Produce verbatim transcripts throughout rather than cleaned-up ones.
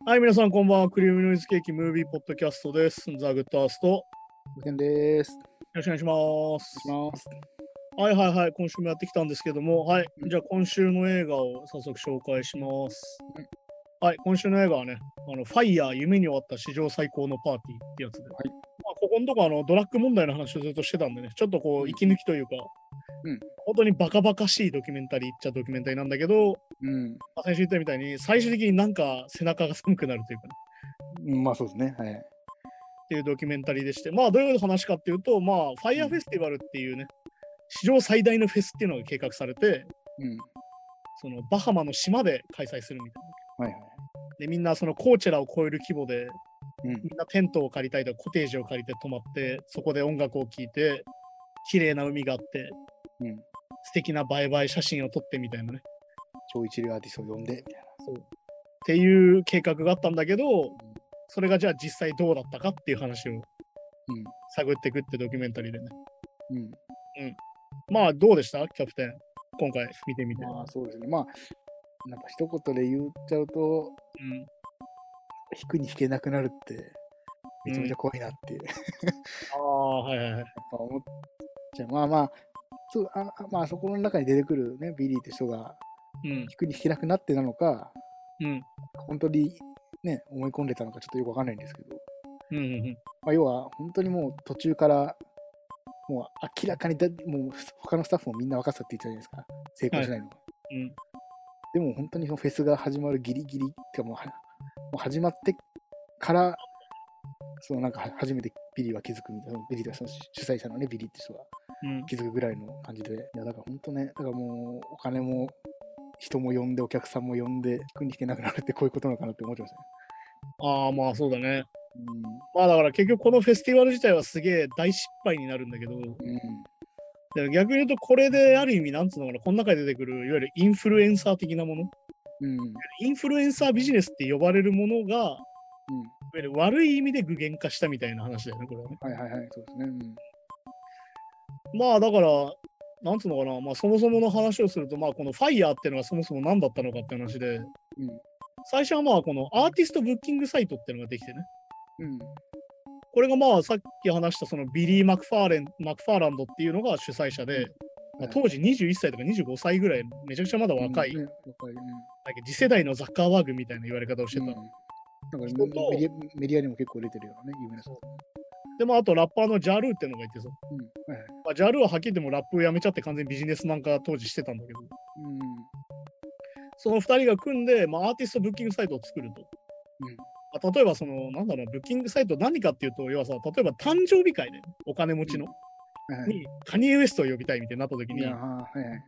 はい、皆さんこんばんは。クリームノイズケーキムービーポッドキャストです。ザ・グッドアースト。よ無線です。よろしくお願いします。 ろしくお願いします。 はいはいはい。今週もやってきたんですけども、はい。 うんじゃあ今週の映画を早速紹介します。 うんはい。今週の映画はね、あのファイヤー夢に終わった史上最高のパーティーってやつで。 はい。 まあ、ここのとこあのドラッグ問題の話をずっとしてたんでね、ちょっとこううん息抜きというか、 うん本当にバカバカしいドキュメンタリーっちゃドキュメンタリーなんだけど、 うんまあ、先週言ったみたいに最終的になんか背中が寒くなるというかね、 うん。まあそうですね。はい。 っていうドキュメンタリーでして、まあどういう話かっていうと、まあファイヤーフェスティバルっていうね、史上最大のフェスっていうのが計画されて、 うん。 そのバハマの島で開催するみたいな。 はいはい。 で、みんなそのコーチェラを超える規模で、 うん。 みんなテントを借りたりとかコテージを借りて泊まって、そこで音楽を聴いて、綺麗な海があって、 うん。 素敵な映え映え写真を撮ってみたいなね。 超一流アーティストを呼んで、みたいそう。っていう計画があったんだけど、それがじゃあ実際どうだったかっていう話を探っていくってドキュメンタリーでね。 うん。うん。 まあどうでしたキャプテン。今回見てみて。 まあそうですね。まあ、なんか一言で言っちゃうと、 うん。 引くに引けなくなるって、めちゃめちゃ怖いなっていう。 ああ、はいはいはい。 やっぱ思っちゃう。まあまあ、そうあまあそこの中に出てくるね、ビリーって人が、 うん。 引くに引けなくなってなのか、 うん。 本当にね、思い込んでたのかちょっとよくわかんないんですけど、 うんうんうん。 まあ、要は本当にもう途中からもう明らかにだもう他のスタッフもみんな分かってたって言ったじゃないですか、成功しないのは。 はいうん、 でも本当にそのフェスが始まるギリギリってもうはもう始まってからそのなんか初めてビリーは気づくみたいな、ビリーはその主催者のねビリーって人が気づくぐらいの感じで、うん、いやだから本当ね、だからもうお金も人も呼んでお客さんも呼んで引くに引けなくなるってこういうことなのかなって思ってましたね。 ああまあそうだね。 うん、 まあだから結局このフェスティバル自体はすげえ大失敗になるんだけど、うん、で逆に言うとこれである意味なんつうのかな、この中で出てくるいわゆるインフルエンサー的なもの、うん、インフルエンサービジネスって呼ばれるものが、うん、いわゆる悪い意味で具現化したみたいな話だよね、これはね。 はいはいはい、そうですね。 うん、まあだからなんつうのかな、まあそもそもの話をすると、まあこのファイヤーっていうのはそもそも何だったのかって話で、うん、最初はまあこのアーティストブッキングサイトっていうのができてね。うん、これがまあさっき話したそのビリー・マクファーレン、マクファーランドっていうのが主催者で、うんまあ、当時にじゅういっさいとかにじゅうごさいぐらい、めちゃくちゃまだ若い、うんね若いね、なんか次世代のザッカーバーグみたいな言われ方をしてた。うん、なんかメディア、メディアにも結構出てるよね、有名な人。 でもあとラッパーのジャルーっていうのがいてさ、うんはいまあ、ジャルーははっきり言ってもラップをやめちゃって完全にビジネスマン化当時してたんだけど、うん、そのふたりが組んで、まあ、アーティストブッキングサイトを作ると。うんまあ、例えばその、なんだろう、ブッキングサイト何かっていうと、要はさ、例えば誕生日会で、お金持ちの、うんはい、にカニエ・ウエストを呼びたいみたいになった時に、はい、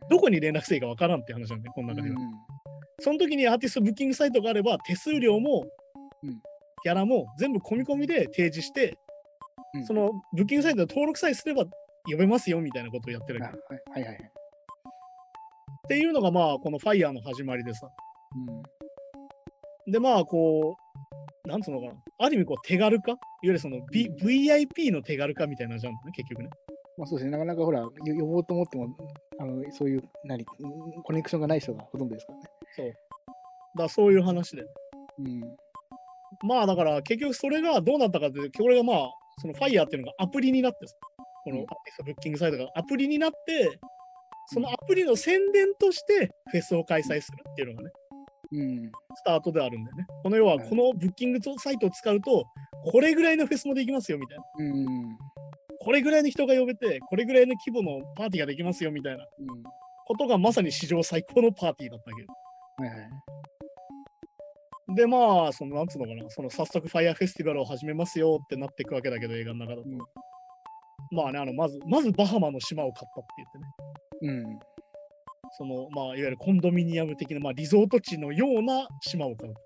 どこに連絡していいかわからんって話なんで、この中では、うん。その時にアーティストブッキングサイトがあれば、手数料も、うん、ギャラも全部込み込みで提示して、うん、そのブッキングサイトで登録さえすれば呼べますよみたいなことをやってるわけ。はいはいはい。っていうのがまあこのファイヤーの始まりでさ。うん、でまあこうなんつうのかな、ある意味こう手軽化、いわゆるその、B うん、ブイアイピー の手軽化みたいなじゃんね結局ね。 まあそうですね、なかなかほら呼ぼうと思ってもあのそういう何コネクションがない人がほとんどですからね。そう。だからそういう話で。うん。まあだから結局それがどうなったかってこれがまあそのファイヤーっていうのがアプリになってさ、このアーティストブッキングサイトがアプリになって、そのアプリの宣伝としてフェスを開催するっていうのがね、うん、スタートであるんだよね。この要はこのブッキングサイトを使うと、これぐらいのフェスもできますよみたいな。うん、これぐらいの人が呼べて、これぐらいの規模のパーティーができますよみたいなことがまさに史上最高のパーティーだったけど。はいはいで、まあ、その、なんつうのかな、その、早速、ファイヤーフェスティバルを始めますよってなっていくわけだけど、映画の中だと。うん、まあね、あの、まず、まず、バハマの島を買ったって言ってね。うん。その、まあ、いわゆるコンドミニアム的な、まあ、リゾート地のような島を買う。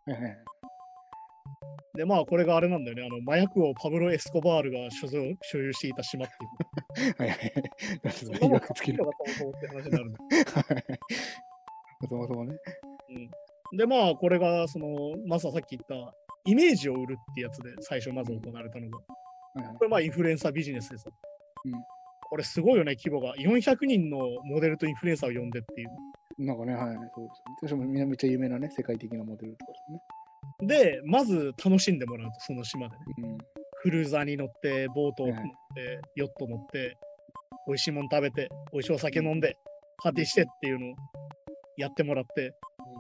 で、まあ、これがあれなんだよね、あの、麻薬王パブロ・エスコバールが所有所有していた島っていう。はいはい。そんなもんつけるのがそもそもって話になるんだ。そもそもね。うんで、まあ、これが、その、まささっき言った、イメージを売るってやつで、最初まず行われたのが。うん、これ、まあ、インフルエンサービジネスです。うん、これ、すごいよね、規模が。よんひゃくにんのモデルとインフルエンサーを呼んでっていう。 なんかね、はい、そうです。私もみんなめっちゃ有名なね、世界的なモデルとかですね。 で、まず楽しんでもらうと、その島でね。 うん。 クルーザーに乗って、ボート乗っはいはいて、ヨット乗って、美味しいもん食べて、美味しいお酒飲んで、パーティーしてっていうのをやってもらって、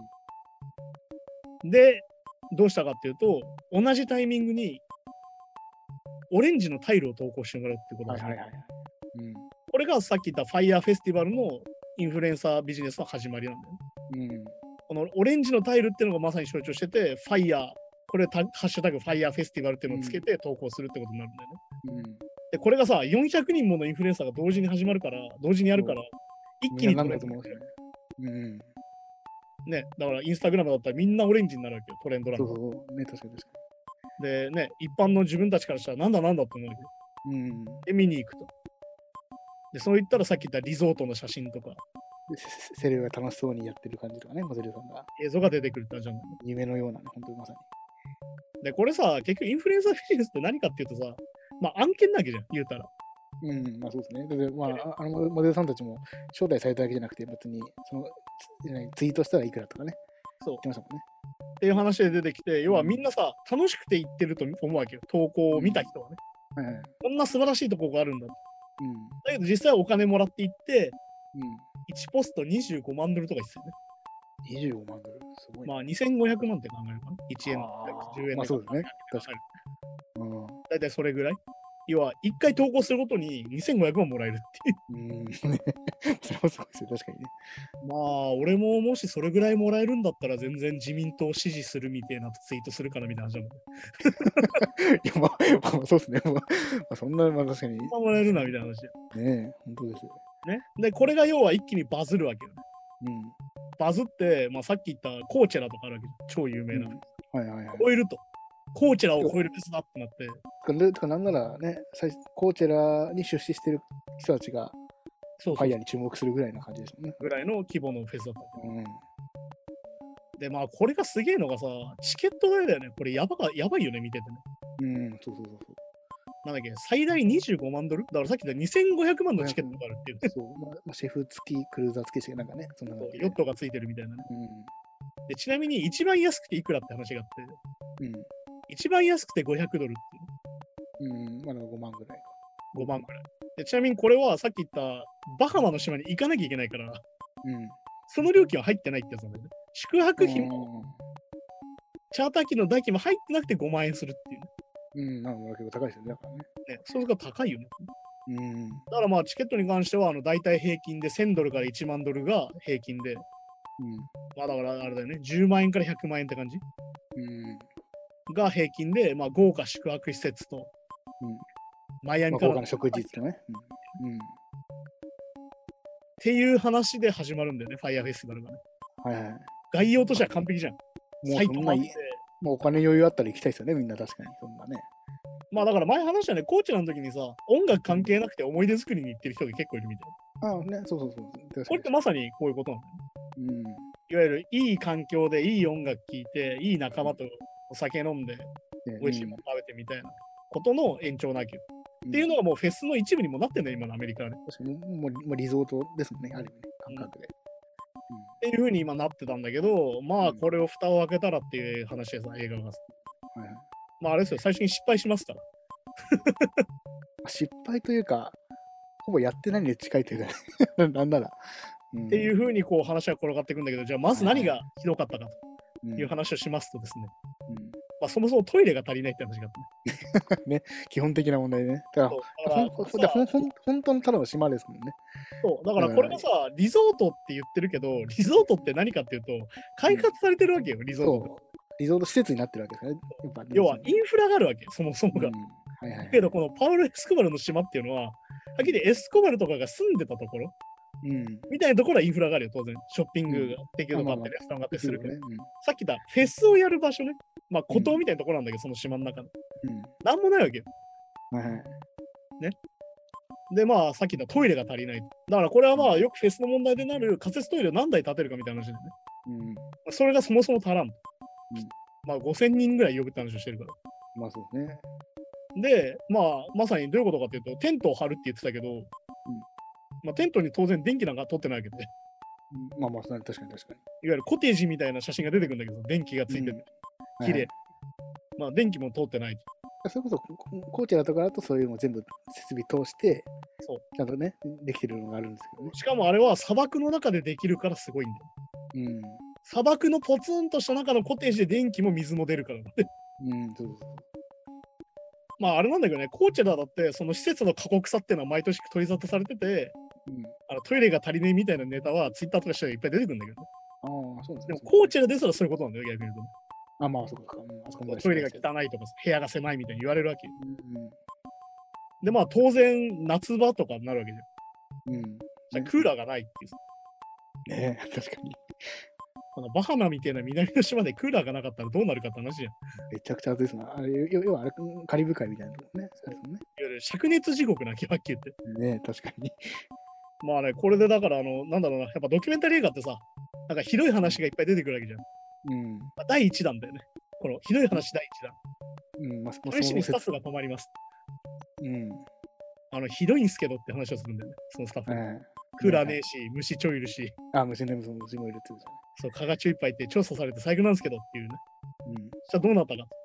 で、どうしたかっていうと、同じタイミングに、オレンジのタイルを投稿してもらうってことですね。 はいはいはい。うん。 これがさっき言ったファイヤーフェスティバルのインフルエンサービジネスの始まりなんだよね。 うん。 このオレンジのタイルっていうのがまさに象徴してて、ファイヤー、これハッシュタグファイヤーフェスティバルっていうのをつけて投稿するってことになるんだよね。 うん。 で、これがさ、よんひゃくにんものインフルエンサーが同時に始まるから、同時にやるから、一気にトレンドになる。 うん。 ね、だからインスタグラムだったらみんなオレンジになるわけよ、トレンドランそうそう。ね、確かに確かでね、一般の自分たちからしたらなんだなんだって思うわけど。 に。うん。 で、見に行くと。で、そう言ったらさっき言ったリゾートの写真とか、 でセセレブが楽しそうにやってる感じとかね、モデルさんが。 映像が出てくるってじゃん。 夢のようなね、本当にまさに。 で、これさ、結局インフルエンサービジネスって何かっていうとさ、まあ案件なわけじゃん、言うたら。 うん、まあそうですね。で、まあ、あのモデルさんたちも招待されただけじゃなくて、別にそのツツイートしたらいくらとかね、 そう。 言ってましたもんね。 っていう話で出てきて、要はみんなさ、楽しくて行ってると思うわけよ、投稿を見た人はね。 はいはい。 こんな素晴らしいとこがあるんだと。 うん。 だけど実際お金もらって行って、 うん。 いちポストにじゅうごまんドルとか言ってたよね。 にじゅうごまんドル、すごい。 まあにせんごひゃくまんって考えるかな。いちえん、じゅうえんまあそうですね。確かに。 うん。だいたいそれぐらい。要は、いっかい投稿するごとににせんごひゃくまんもらえるっていう。 うん。それもすごいですよ、確かにね。 まあ、俺ももしそれぐらいもらえるんだったら、全然自民党を支持するみたいなツイートするかなみたいな話だもん。 いや、まあ、まあ、そうですね。まあ、まあ、そんな、まあ確かに。 そんなもらえるなみたいな話だよ。 ねえ、本当ですよ。 ね。で、これが要は一気にバズるわけよね。 うん。 バズって、まあ、さっき言ったコーチェラとかあるわけじゃん。超有名な。 うんはいはいはい。 超えると。コーチェラを超えるフェスだってなって。 でとかなんならね、最コーチェラに出資してる人たちがそうそうそうファイヤーに注目するぐらいな感じですもんね。 ぐらいの規模のフェスだったわけ。 うん。 で、まあ、これがすげえのがさ、チケット代だよね。これやばかやばいよね、見ててね。 うん、そうそうそうそう。 なんだっけ、最大にじゅうごまんドルだからさっき言ったにせんごひゃくまんのチケットがあるっていう、ね。 そう、まあ、まあ、シェフ付き、クルーザー付きして、なんかね、そんな感じでヨットがついてるみたいなね。 うん。 で、ちなみに一番安くていくらって話があって、 うん。 一番安くてごひゃくドルっていう。 うん、まだごまんぐらいか。 ごまんくらい。で、ちなみにこれはさっき言ったバハマの島に行かなきゃいけないから、 うん。 その料金は入ってないってやつなんだよね。宿泊費も、チャーター機の代金も入ってなくてごまん円するっていうね。 うん、なんか結構高いですよね。だからね。 ね、そうすると高いよね。 うん。 だからまあチケットに関しては、あの大体平均でせんドルからいちまんドルが平均で、 うん。 まあだからあれだよね、じゅうまん円からひゃくまん円って感じうん。 が平均で、まあ豪華宿泊施設と、 うん。 マイアミから、 まあ、豪華な食事とね。うん。うん。 っていう話で始まるんだよね、ファイヤーフェスティバルがね。 はいはい。 概要としては完璧じゃん。 もうサイそんな、 トもあってもうお金余裕あったら行きたいですよね、みんな確かに。そんなね。 まあだから前話したね、コーチの時にさ、音楽関係なくて思い出作りに行ってる人が結構いるみたいああ、ね、そうそうそう。 な。これってまさにこういうことなんだよね。 うん。 いわゆるいい環境でいい音楽聴いて、いい仲間とお酒飲んで、 ね美味しいもの食べてみたいなことの延長なわけよ。 うんっていうのがもうフェスの一部にもなってんだよ、今のアメリカはね。 確かにもうもうリゾートですもんね、ある意味ね、感覚で。 っていう風に今なってたんだけど、まあこれを蓋を開けたらっていう話でさ、映画がさ。 はいはい、 まああれですよ、最初に失敗しますから。 失敗というか、ほぼやってないに近いというか、なんなら。うん、 っていう風にこう話は転がっていくんだけど、じゃあまず何がひどかったかという話をしますとですね、 うんまあ、そもそもトイレが足りないって話があってね。ね、基本的な問題ね。だからほんほんほんほん本当のただの島ですもんね。 そうだからこれがさ、リゾートって言ってるけど、リゾートって何かっていうと、開発されてるわけよ、リゾート。 そうリゾート施設になってるわけですね。やっぱね要はインフラがあるわけ、そもそもが。 うんはいはいはい、 だけど、このパウロ・エスコバルの島っていうのは、はっきりエスコバルとかが住んでたところ、 うん、 みたいなところはインフラがあるよ、当然。ショッピングができるとかあって、レストランがあってするけど、 ねうん、 さっき言ったフェスをやる場所ね。まあ、孤島みたいなところなんだけど、その島の中の。 うん、 なんもないわけよ。 はいはい、 ね。で、まあ、さっき言ったトイレが足りない。だから、これはまあ、よくフェスの問題でなる仮設トイレを何台建てるかみたいな話だよね。うん、それがそもそも足らん。うん、まあ、ごせんにんぐらい呼ぶって話をしてるから。 まあそうね。 で、まあ、まさにどういうことかっていうと、テントを張るって言ってたけど、うんまあ、テントに当然電気なんか取ってないわけで。 まあまあ、確かに確かに。 いわゆるコテージみたいな写真が出てくるんだけど、電気がついてて。うん綺麗。まあ、電気も通ってない。 それこそ、コーチェラとかだとそういうのを全部設備通して、そうちゃんとね、できてるのがあるんですけどね。 しかもあれは砂漠の中でできるからすごいんだよ。うん。砂漠のポツンとした中のコテージで電気も水も出るからね。うん、そうそう。まああれなんだけどね、コーチェラだってその施設の過酷さっていうのは毎年取り沙汰されてて、うん、あのトイレが足りねえみたいなネタはツイッターとかしていっぱい出てくるんだけど。ああ、そうですね。でもコーチェラですらそういうことなんだよ、逆に言うと。 あ、まあそうか。あそこまでトイレが汚いとか部屋が狭いみたいに言われるわけ。うんうん、で、まあ当然夏場とかになるわけじゃん。うん。じゃクーラーがないっていう。 ねえ、確かに。 このバハマみたいな南の島でクーラーがなかったらどうなるかって話じゃん。 めちゃくちゃ暑いですな。あれ、要はあれ、カリブ海みたいなとこね。そうですね。いわゆる灼熱地獄な気はっきり言って。 ねえ、確かに。 まあね、これでだから、あの、なんだろうな、やっぱドキュメンタリー映画ってさ、なんかひどい話がいっぱい出てくるわけじゃん。うん。まあ、だいいちだんだよね。このひどい話だいいちだん。うん、まあ、試しにスタッフが止まります。うん。あの、ひどいんすけどって話をするんだよね、そのスタッフ。えー、クーラーねえし、虫ちょいるし。 あ、虫ね、虫もいるって言うじゃん。 そう、蚊がちょいっぱいいて調査されて最悪なんですけどっていうね。うん。じゃあどうなったか。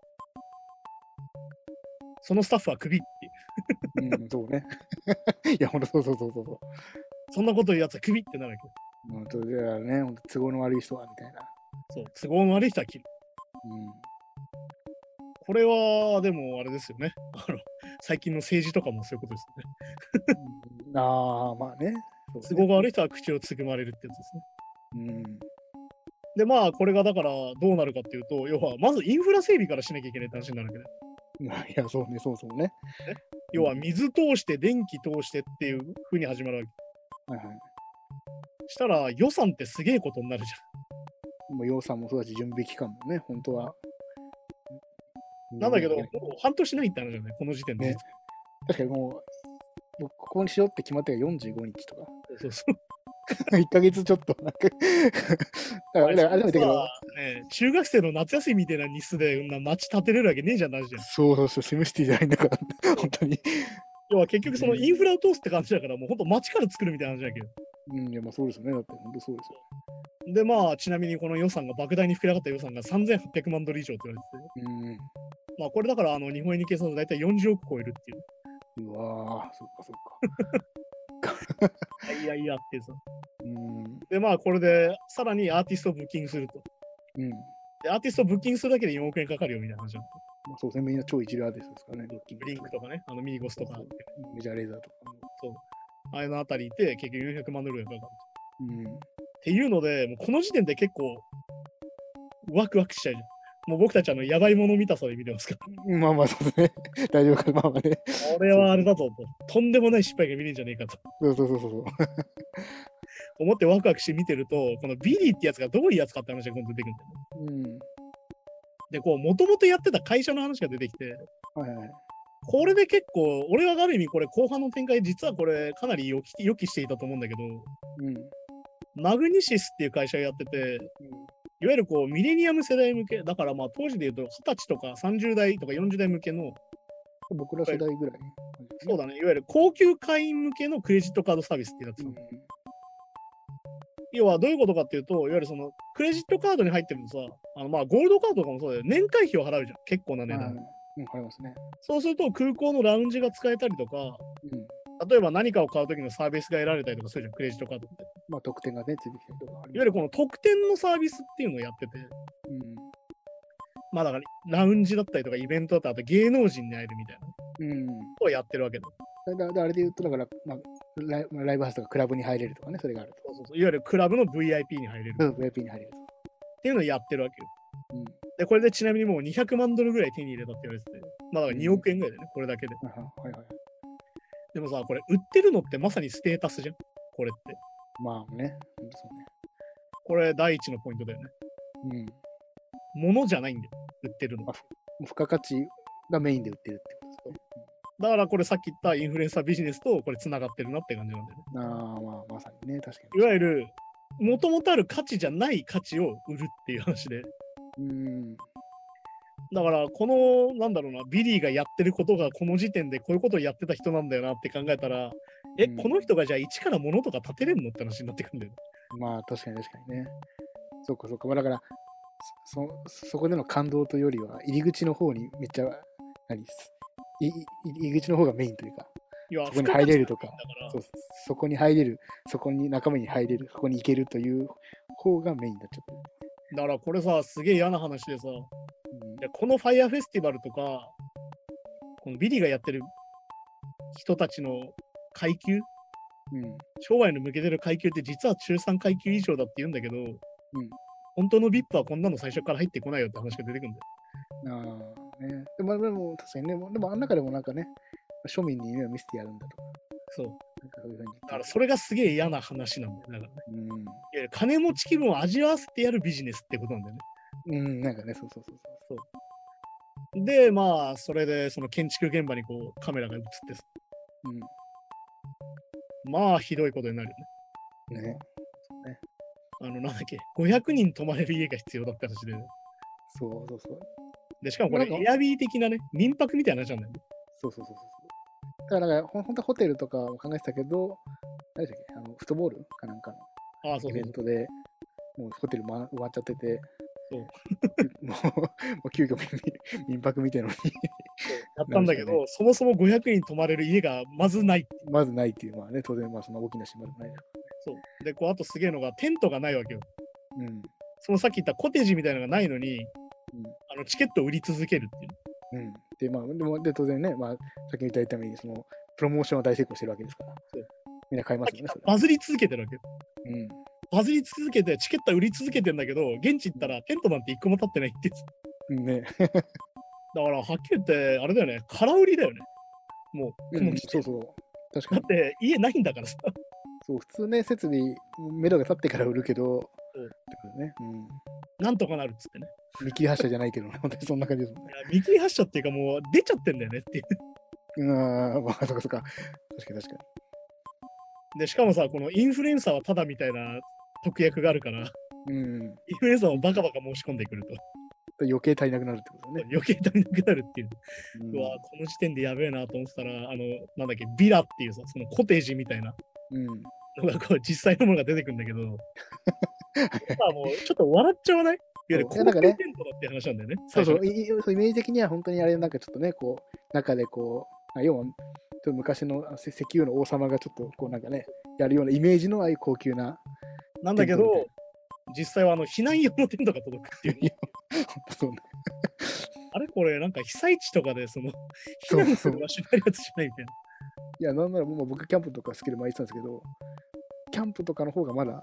そのスタッフはクビっていう。 うん、そうね。いや、ほんとそうそうそうそう。 そんなこと言うやつはクビってなるわけ。 本当だよね、ほんと都合の悪い人はみたいな。 そう、都合の悪い人は切る。うん。これは、でもあれですよね。あの、最近の政治とかもそういうことですよね。 うん、ああ、まあね。 都合が悪い人は口をつぐまれるってやつですね。うん。で、まあ、これがだからどうなるかっていうと、要は、まずインフラ整備からしなきゃいけないって話になるわけね。いや、そうね、そうそうね。 要は、水通して、電気通してっていう風に始まるわけ。はいはい。したら、予算ってすげえことになるじゃん。もう予算もそうだし、準備期間もね、本当は。 なんだけど、もう半年ないって話じゃない、この時点で。 ね、確かにもう、ここにしようって決まってがよんじゅうごにちとか。そうそう。いっかげつちょっと、なんかだから、 あれだけど、ね、中学生の夏休みみたいな日数で、な街建てれるわけねえじゃん、なじゃん。 そうそうそう、セムシティじゃないんだから、本当に。 要は結局、そのインフラを通すって感じだから、もう本当街から作るみたいな話だけど。 うん、いや、まあそうですよね。だって本当そうですよ。 で、まあ、ちなみにこの予算が、莫大に膨れ上がった予算がさんぜんはっぴゃくまんドル以上って言われてて、うん。まあ、これだから、あの、日本円に計算すると大体よんじゅうおく超えるっていう。 うわぁ、そっかそっか。いやいやってさ。うん。で、まあ、これで、さらにアーティストをブッキングすると。うん。で、アーティストをブッキングするだけでよんおくえんかかるよみたいな話だった。 まあ、そうですね、みんな超一流アーティストですからね、ブッキング。 ブリンクとかね、あのミニゴスとか。そうそうメジャーレーザーとか。 そう。ああいうのあたりいて、結局よんひゃくまんドルがかかると。うん。っていうので、もうこの時点で結構、ワクワクしちゃうじゃん。もう僕たちあの、やばいもの見たさで見てますから。 まあまあ、そうですね。大丈夫か、まあまあね。 これはあれだぞと。とんでもない失敗が見れるんじゃねえかと。 そうそうそうそう。 思ってワクワクして見てると、このビリーってやつがどういうやつかって話が今度出てくるんだよね。うん。で、こう、もともとやってた会社の話が出てきて、はいはい。これで結構、俺はある意味これ後半の展開、実はこれかなり予期予期していたと思うんだけど、うん。マグニシスっていう会社をやってて、うん、いわゆるこうミレニアム世代向け、だからまあ当時で言うとはたちとかさんじゅう代とかよんじゅう代向けの、 僕ら世代ぐらい。 そうだね、いわゆる高級会員向けのクレジットカードサービスってやつ、うん。要はどういうことかっていうと、いわゆるそのクレジットカードに入ってるとさ、あのまあゴールドカードとかもそうだよ、年会費を払うじゃん、結構な値段。 うん、払いますね。 そうすると空港のラウンジが使えたりとか、うん、例えば何かを買うときのサービスが得られたりとかするじゃん、クレジットカードって。 まあ特典がね、ついてきたりとか。いわゆるこの特典のサービスっていうのをやってて、うん、まあだからラウンジだったりとかイベントだったり、あと芸能人に会えるみたいな、うん、をやってるわけだ。 だだあれで言うと、だから、まあライ、ライブハウスとかクラブに入れるとかね、それがあると。 そうそうそう、いわゆるクラブの ブイアイピー に入れる。 うん、ブイアイピー に入れると。 っていうのをやってるわけよ。うん、で、これでちなみにもうにひゃくまんドルぐらい手に入れたって言われてて、まあだからにおくえんぐらいだよね、これだけで。はいはい。でもさ、これ売ってるのってまさにステータスじゃん、これって。 まあね、本当そうね。 これ第一のポイントだよね。うん。物じゃないんだよ、売ってるの。 付加価値がメインで売ってるってことですね。 だからこれさっき言ったインフルエンサービジネスとこれ繋がってるなって感じなんだよね。 ああ、まあまさにね、確かに。 いわゆる、もともとある価値じゃない価値を売るっていう話で。うん。だから、この、なんだろうな、ビリーがやってることがこの時点でこういうことをやってた人なんだよなって考えたら、え、うん、この人がじゃあ一から物とか建てれんのって話になってくるんだよね。 まあ確かに確かにね。そっかそっか。だから、 そそこでの感動というよりは、入り口の方にめっちゃ、何い入り口の方がメインというか、そこに入れるとか、そうそこに入れる、そこに仲間に入れる、そこに行けるという方がメインになっちゃってる。 だからこれさ、すげえ嫌な話でさ、うん、でこのファイヤーフェスティバルとか、このビリーがやってる人たちの階級、うん、商売の向けてる階級って実は中さん階級以上だって言うんだけど、うん、本当の ブイアイピー はこんなの最初から入ってこないよって話が出てくるんだよ。 ああ、ね。でも、でも確かにね、でもあん中でもなんかね、庶民に夢を見せてやるんだとか。 そう。なんかそういうふうにだからそれがすげえ嫌な話なんだよ。だからね。うん、いや金持ち気分を味わわせてやるビジネスってことなんだよね。 うん、なんかね、そうそうそうそう。 そうで、まあ、それでその建築現場にこうカメラが映ってさ。うん。まあ、ひどいことになるよね。ね。そうね。あの、なんだっけ、ごひゃくにん泊まれる家が必要だった話で、ね。 そうそうそう。 で、しかもこれ、エアビー的なね、民泊みたいな話なんだよね。 そうそうそうそう。だから、ほんとはホテルとかも考えてたけど、何でしたっけ、あのフットボールかなんかのイベントで、もうホテル埋まっちゃってて、そうもう、もう急遽民泊みたいなのにやったんだけど、ね、そもそもごひゃくにん泊まれる家がまずない。 まずないっていうのはね、当然、まあそんな大きな島でもないですからね。 そう。で、こう、あとすげえのが、テントがないわけよ。うん。そのさっき言ったコテージみたいなのがないのに、うん、あのチケットを売り続けるっていう。 うん、で、まあ、でも、で、当然ね、まあ、さっき言ったように、その、プロモーションは大成功してるわけですから、みんな買いますよね。 バズり続けてるわけよ。うん。バズり続けて、チケットは売り続けてんだけど、現地行ったらテントなんて一個も立ってないって言って。ね。だから、はっきり言って、あれだよね、空売りだよね。もう、この、 うん、そうそう。 確かに。だって、家ないんだからさ。 そう、普通ね、設備、目処が立ってから売るけど、うんね、うん。 なんとかなるっつってね。 見切り発車じゃないけど、本当にそんな感じですもんね。 いや見切り発車っていうか、もう出ちゃってんだよねっていう。 うん、まあ、そっかそっか。確かに確かに。で、しかもさ、このインフルエンサーはただみたいな特約があるから、うん、インフルエンサーもバカバカ申し込んでくると。 余計足りなくなるってことね。 余計足りなくなるっていう。うん、うわ、この時点でやべえなと思ってたら、あの、なんだっけ、ビラっていうさ、そのコテージみたいなのがこう実際のものが出てくるんだけど、まあもうちょっと笑っちゃわない？いや、高級テントだっていう話なんだよね。 そうそう、イメージ的には本当にあれ、なんかちょっとね、こう、中でこう、要は、ちょっと昔の石油の王様がちょっとこうなんかね、やるようなイメージのああいう高級な。 なんだけど、実際はあの避難用のテントが届くっていう。そうね、あれこれ、なんか被災地とかでその避難する場所になるやつじゃないみたいな。 いや、なんならもう僕、キャンプとか好きで前言ってたんですけど、キャンプとかの方がまだ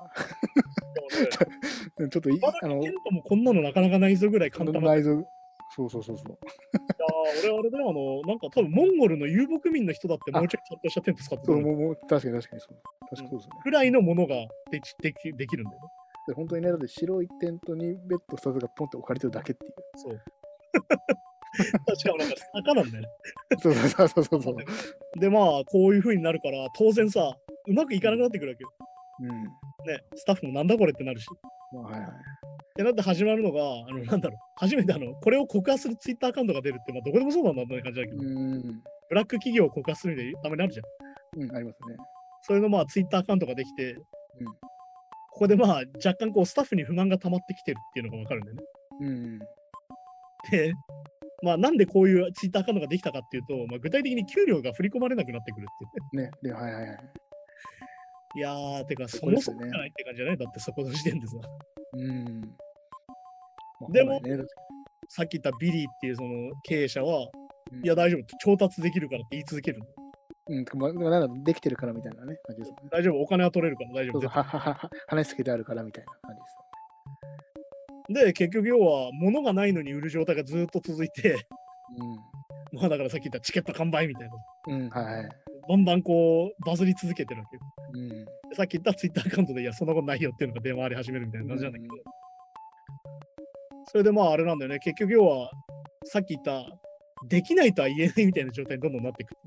ちょっといい、 あの、テントもこんなのなかなかないぞぐらい簡単な。ないぞ。 そうそうそうそう。いや俺あれだよ、あの、なんか多分モンゴルの遊牧民の人だってもうちょいちゃんとしたテント使ってる。そう、もう確かに確かにそう。確かにそうですね。 ぐらいのものができできできるんだよね。 で本当にね、だって白いテントにベッドふたつがポンって置かれてるだけっていう。 そう。しかもなんか坂なんだよね。 そうそうそうそうそう。 で、まあ、こういう風になるから、当然さ、うまくいかなくなってくるわけよ。うん。ね、スタッフもなんだこれってなるし。はいはい。ってなって始まるのが、あの、なんだろう、初めてあの、これを告発するツイッターアカウントが出るって、まあ、どこでもそうなんだって感じだけど、うんブラック企業を告発するみたいなためにあるじゃん。 うん、ありますね。 それのまあ、ツイッターアカウントができて、うん、ここでまあ、若干こう、スタッフに不満が溜まってきてるっていうのがわかるんだよね。うん。で、まあ、なんでこういうツイッターアカウントができたかっていうと、まあ、具体的に給料が振り込まれなくなってくるっていうね。 ね、で、はいはいはい。 いやー、てか、そもそもじゃないって感じじゃないだってそこの時点でさ。うん。まあ、でも、ね、さっき言ったビリーっていうその経営者は、うん、いや、大丈夫、調達できるからって言い続けるの。 うん、まあ、なんかできてるからみたいなね、感じですね。 大丈夫、お金は取れるから大丈夫。 そうそう、ははは話つけてあるからみたいな感じです。 で、結局要は、物がないのに売る状態がずっと続いて、うん、まあだからさっき言ったチケット完売みたいな。うん、はい。バンバンこう、バズり続けてるわけよ。うん、さっき言ったツイッターアカウントで、いや、そんなことないよっていうのが出回り始めるみたいな感じなんだけど。うん、それでまああれなんだよね、結局要は、さっき言った、できないとは言えないみたいな状態にどんどんなっていく。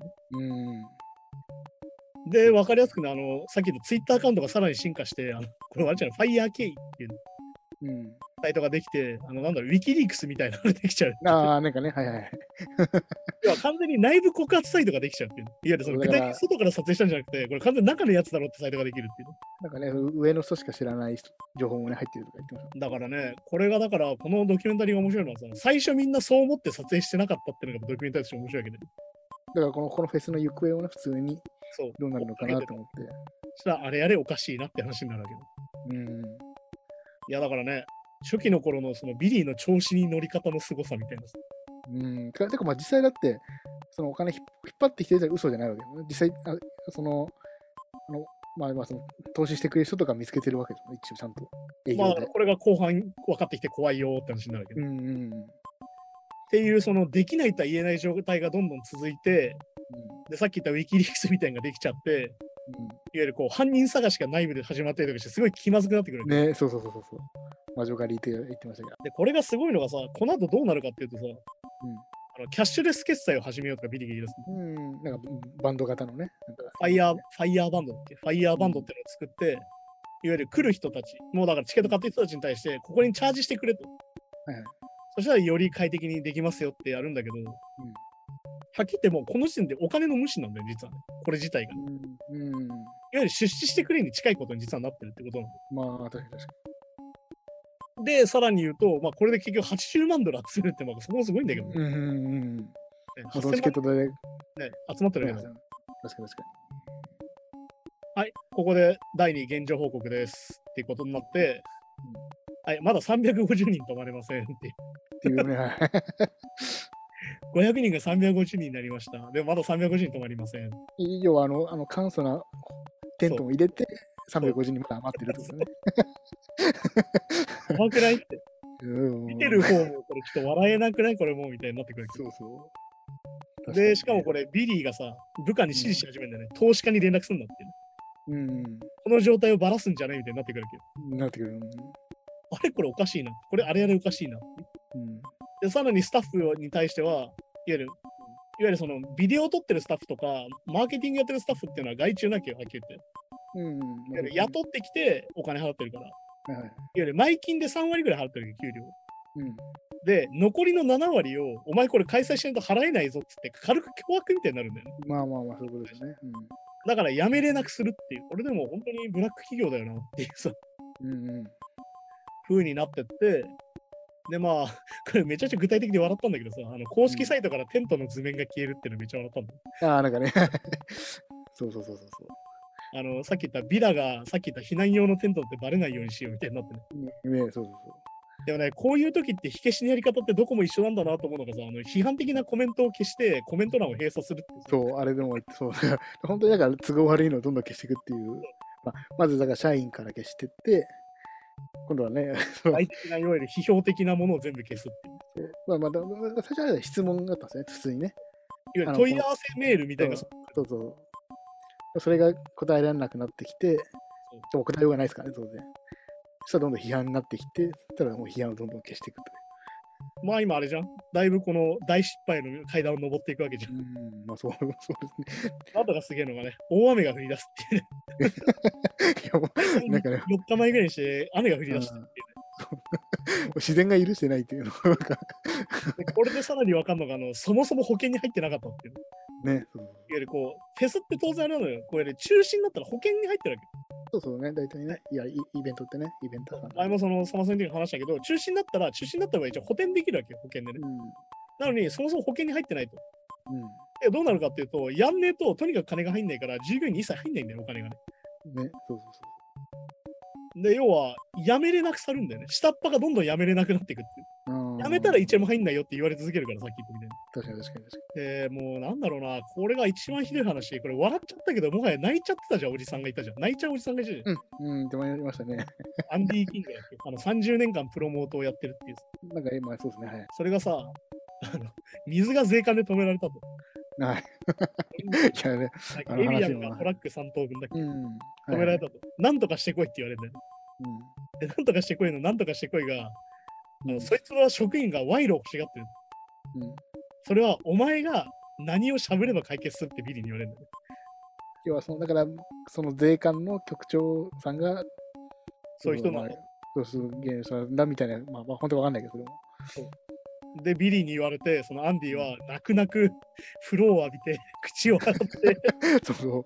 うん、で、わかりやすくね、あの、さっきのツイッターアカウントがさらに進化して、あのこれあれじゃない、ファイヤーケイっていう、うん、 サイトができて、あの、なんだろう、ウィキリークスみたいなのができちゃう。 ああ、なんかね、はいはい。 要は完全に内部告発サイトができちゃうっていう。いわゆるその具体的に外から撮影したんじゃなくて、これ完全に中のやつだろうってサイトができるっていう。 なんかね、上の人しか知らない情報もね、入ってるとか言ってました。 だからね、これがだから、このドキュメンタリーが面白いのはさ、最初みんなそう思って撮影してなかったっていうのがドキュメンタリーとして面白いわけで。 だからこのこのフェスの行方をね、普通にそうどうなるのかなと思って。 そしたらあれやれおかしいなって話になるわけで。うん。いやだからね、初期の頃のそのビリーの調子に乗り方の凄さみたいな。 うん。てかまあ実際だって、そのお金引っ張ってきてるじゃ嘘じゃないわけよね。実際、あその、あのまあまあその投資してくれる人とか見つけてるわけですね、一応ちゃんと。 まあこれが後半分かってきて怖いよって話になるけど。 うんうん。 っていうそのできないとは言えない状態がどんどん続いて、うん、でさっき言ったウィキリークスみたいなのができちゃって、うん、いわゆるこう犯人探しが内部で始まったりとかしてすごい気まずくなってくるね。そうそうそうそう。魔女狩りって言ってましたけど。 でこれがすごいのがさ、この後どうなるかっていうとさ、うん、あのキャッシュレス決済を始めようとかビリが言い出す。 うん、なんかバンド型のね。なんかファイヤー、ファイヤーバンドだっけファイヤーバンドっていうのを作って、うん、いわゆる来る人たち、もうだからチケット買ってる人たちに対して、ここにチャージしてくれと。はいはい、そしたらより快適にできますよってやるんだけど、うん、はっきり言ってもうこの時点でお金の無視なんだよ、実は、ね。これ自体が。うんうん、いわゆる出資してくれに近いことに実はなってるってことなんだよ。まあ、確かに確かに。で、さらに言うと、まあ、これで結局はちじゅうまんドル集めるって、まあ、そこもすごいんだけど、ね。うんうんうん。ね、 はっせんまんチケットで、ね、 集まってるけど。確かに確かに。 はい、ここでだいに現状報告ですっていうことになって、うん、はい、まださんびゃくごじゅうにん泊まれませんっていう。っていうね。ごひゃくにんがさんびゃくごじゅうにんになりました。でもまださんびゃくごじゅうにん泊まりません。 要はあの、あの簡素なテントも入れてさんびゃくごじゅうにんまだ余ってるってことね。 怖くないって。見てる方もこれちょっと笑えなくないこれもうみたいになってくる。 そうそう。 で、しかもこれビリーがさ、部下に指示し始めるんだよね。うん、投資家に連絡するんだっていう。うん、この状態をばらすんじゃないみたいになってくるわけよ。 なってくる。うん、 あれこれおかしいな。これあれあれおかしいな。うん、で、さらにスタッフに対しては、いわゆる、いわゆるそのビデオを撮ってるスタッフとか、マーケティングやってるスタッフっていうのは外注なきゃ、はっきり言って。うん、雇ってきてお金払ってるから。はい、いわゆる前金でさんわりぐらい払ってるわけ、給料。うん、で、残りのななわりを、お前これ開催しないと払えないぞっつって、軽く凶悪みたいになるんだよね。 まあまあまあ、そういうことですね。うん、 だからやめれなくするっていう、これでも本当にブラック企業だよなっていうさ、うんうん、風になってって、でまあ、これめちゃくちゃ具体的に笑ったんだけどさ、あの公式サイトからテントの図面が消えるっていうのめっちゃ笑ったんだよ。 うん、ああ、なんかね。そうそうそうそうそう。 あの、さっき言ったビラが、さっき言った避難用のテントってバレないようにしようみたいになってね。 ね、そうそうそう。 でもね、こういう時って火消しのやり方ってどこも一緒なんだなと思うのがさ、あの批判的なコメントを消してコメント欄を閉鎖するってそう、あれでも、そう、本当にだから都合悪いのをどんどん消していくっていう。まあ、まずだから社員から消してって、今度はね、 相手がいわゆる批評的なものを全部消すっていう。 まあまあ、最初は質問だったんですね、普通にね。 いわゆる問い合わせメールみたいな。 そうそう。それが答えられなくなってきて、でも答えようがないですからね、当然。そしたらどんどん批判になってきて、そしたらもう批判をどんどん消していくという。 まあ今あれじゃん。だいぶこの大失敗の階段を登っていくわけじゃん。 うん、まあそう、そうですね。 あとがすげえのがね、大雨が降り出すっていうね。いやもうなんかね、よっかまえぐらいにして雨が降り出したっていうね。 自然が許してないっていうのがこれでさらに分かんのが、あのそもそも保険に入ってなかったっていう。 ね、 そういわゆるこう、フェスって当然あれなのよ。これ、ね、中止になったら保険に入ってるわけ。 そうそうね、大体ね。いや、イベントってね、イベント。 前もその、サマソニの時に話したけど、中止になったら、中止になった場合、一応補填できるわけよ、保険でね。うん、なのに、そもそも保険に入ってないと。うん、でどうなるかっていうと、やんねえと、とにかく金が入んないから、従業員に一切入んないんだよ、お金がね。 ね、そうそうそう。 で、要は、やめれなくさるんだよね。下っ端がどんどんやめれなくなっていくっていう。やめたらいちえんも入んないよって言われ続けるから、さっき言ったみたいに。 確かに確かに確かに。えー、もうなんだろうな、これが一番ひどい話、これ笑っちゃったけど、もはや泣いちゃってたじゃん、おじさんがいたじゃん。泣いちゃうおじさんがいたじゃん。 うん、うん、でもやりましたね。 アンディ・キングだっけあのさんじゅうねんかんプロモートをやってるっていう。 なんか今、そうですね、はい。 それがさ、あの水が税関で止められたと。 はい。いやね、 エビアンがトラックさんとうぶんだっけ、うん、止められたと、はい。なんとかしてこいって言われるんだよ。うん、で、なんとかしてこいの、なんとかしてこいが、うん、そいつは職員が賄賂を欲しがってる。うん、それはお前が何をしゃべれば解決するってビリに言われるんだよ。 要はその、だから、その税関の局長さんが、 そういう人なの。 そうすげえ、そだみたいな、まあ、まあ、本当わかんないけど、それも。 そうで、ビリーに言われて、そのアンディは泣く泣く風呂を浴びて、口を洗って、 そうそう。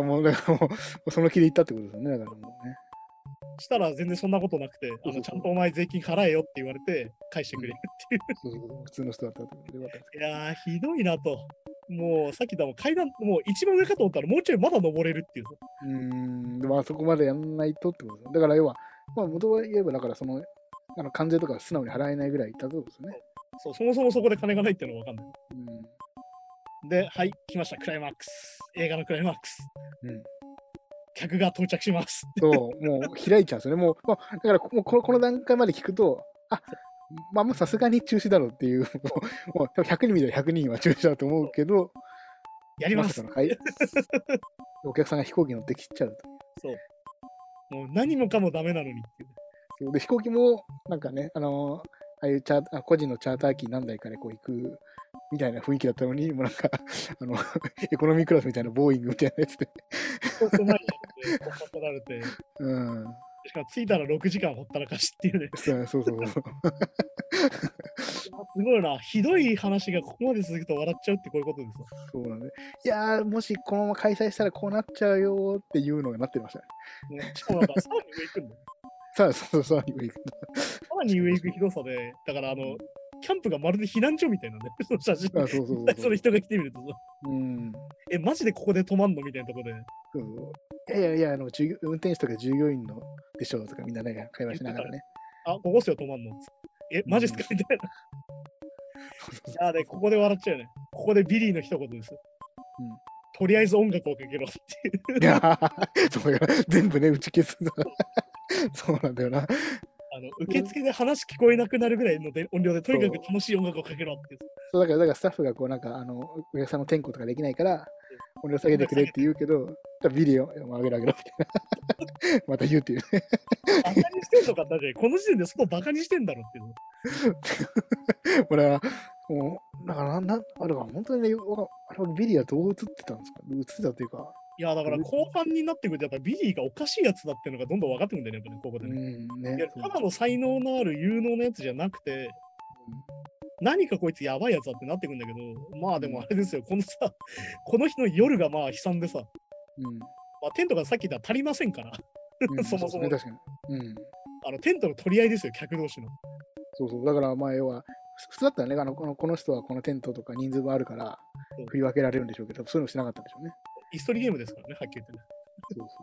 もう、だからもう、その気で言ったってことですよね、だからもうね。 したら全然そんなことなくて、あのちゃんとお前税金払えよって言われて、返してくれるっていう。 そうそうそう、普通の人だったってことでよかったですいやー、ひどいなと。もうさっき言ったも階段、もう一番上かと思ったらもうちょいまだ登れるっていう。 うーん、まあそこまでやんないとってことですね。だから要は、まあ元は言えば、だからその、あの関税とか素直に払えないぐらいいったってことですよね。 そう、そもそもそこで金がないっていうのは分かんない。 うん。 で、はい、来ました、クライマックス。映画のクライマックス。 うん。 客が到着します。 そう、もう開いちゃうんですよね。もう、まあ、だからもうこのこの段階まで聞くと、あ、まあもうさすがに中止だろうっていう、もう多分ひゃくにん見たらひゃくにんは中止だと思うけど、 やります。 まさかの、はい、お客さんが飛行機乗ってきちゃうと。 そう。もう何もかもダメなのにっていう。 そうで飛行機も、なんかね、あのー、ああいうチャー個人のチャーター機何台かでこう行くみたいな雰囲気だったのに、もうなんか、あの、エコノミークラスみたいなボーイングみたいなやつで。 そうそうないやつで、こうさられて、 うん。 しかも着いたらろくじかんほったらかしっていうね。 そうそうそうそう。 すごいな、ひどい話がここまで続くと笑っちゃうってこういうことですよ。 そうなんで、いやー、もしこのまま開催したらこうなっちゃうよっていうのがなってましたね。 ね、しかもなんかさらに上行くんだよ。 さあ、そうそう、さらに上行く。 さらに上行く広さで、だからあの、キャンプがまるで避難所みたいなんで、その写真。 あそうそうそうそうその人が来てみるとさ、 うん。 え、マジでここで止まんのみたいなところで。 そうそういやいやいや、あの従業運転手とか従業員のでしょうとかみんなね、会話しながらね。 あ、ここっすよ、止まんの。え、マジっすかみたいな。いやで、ここで笑っちゃうよね。ここでビリーの一言です。うん、とりあえず音楽をかけろっていう。いやそうだから全部ね、打ち消す。そうなんだよな。 あの受付で話聞こえなくなるぐらいの音量で、とにかく楽しい音楽をかけろって。 そうだから、だからスタッフがこうなんかあのお客さんの点呼とかできないから、音量下げてくれって言うけど、ビデオ上げろ上げろみたいな。また言うっていう。 バカにしてんのかだって、この時点でそこバカにしてんだろっていう。 俺は、もう、だからな、あれは本当にね、あれはビリーはどう映ってたんですか？映ってたというか。 いや、だから後半になってくると、やっぱビリーがおかしいやつだっていうのがどんどん分かってくるんだよね、やっぱね、ここでね。うんねいやただの才能のある有能なやつじゃなくて、うん、何かこいつやばいやつだってなってくるんだけど、まあでもあれですよ、このさ、この日の夜がまあ悲惨でさ、うん、まあ、テントがさっき言ったら足りませんから、うん、そもそも。確かに。うん。あのテントの取り合いですよ、客同士の。 そうそう、だからまあ要は、普通だったらね、あのこのこの人はこのテントとか人数があるから、振り分けられるんでしょうけど、そういうのしなかったんでしょうね。 イストリーゲームですからね、はっきり言ってね。そうそう。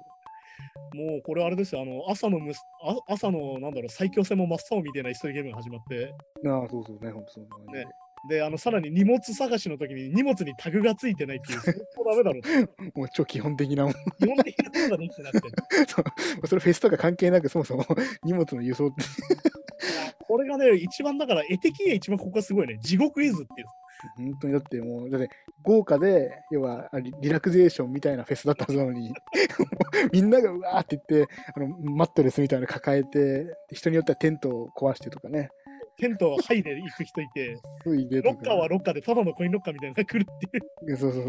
もうこれあれですよ、あの朝のむすあ朝のなんだろう最強戦も真っ青みたいなイストリーゲームが始まって。 ああ、そうそうね、ほんとそうね。 で、あのさらに荷物探しの時に荷物にタグがついてないっていう、そこダメだろう。もう超基本的なもん。 基本的なことができてなくて。 そう、それフェスとか関係なく、そもそも荷物の輸送って。 これがね、一番だから、絵的には一番ここがすごいね、地獄絵図っていう。 本当にだってもう、だって豪華で、要はリリラクゼーションみたいなフェスだったはずなのに、みんながうわーって言って、あのマットレスみたいなの抱えて、人によってはテントを壊してとかね。 テントを剥いで行く人いて、ロッカーはロッカーでただのコインロッカーみたいなのが来るっていう。 そうそうそう。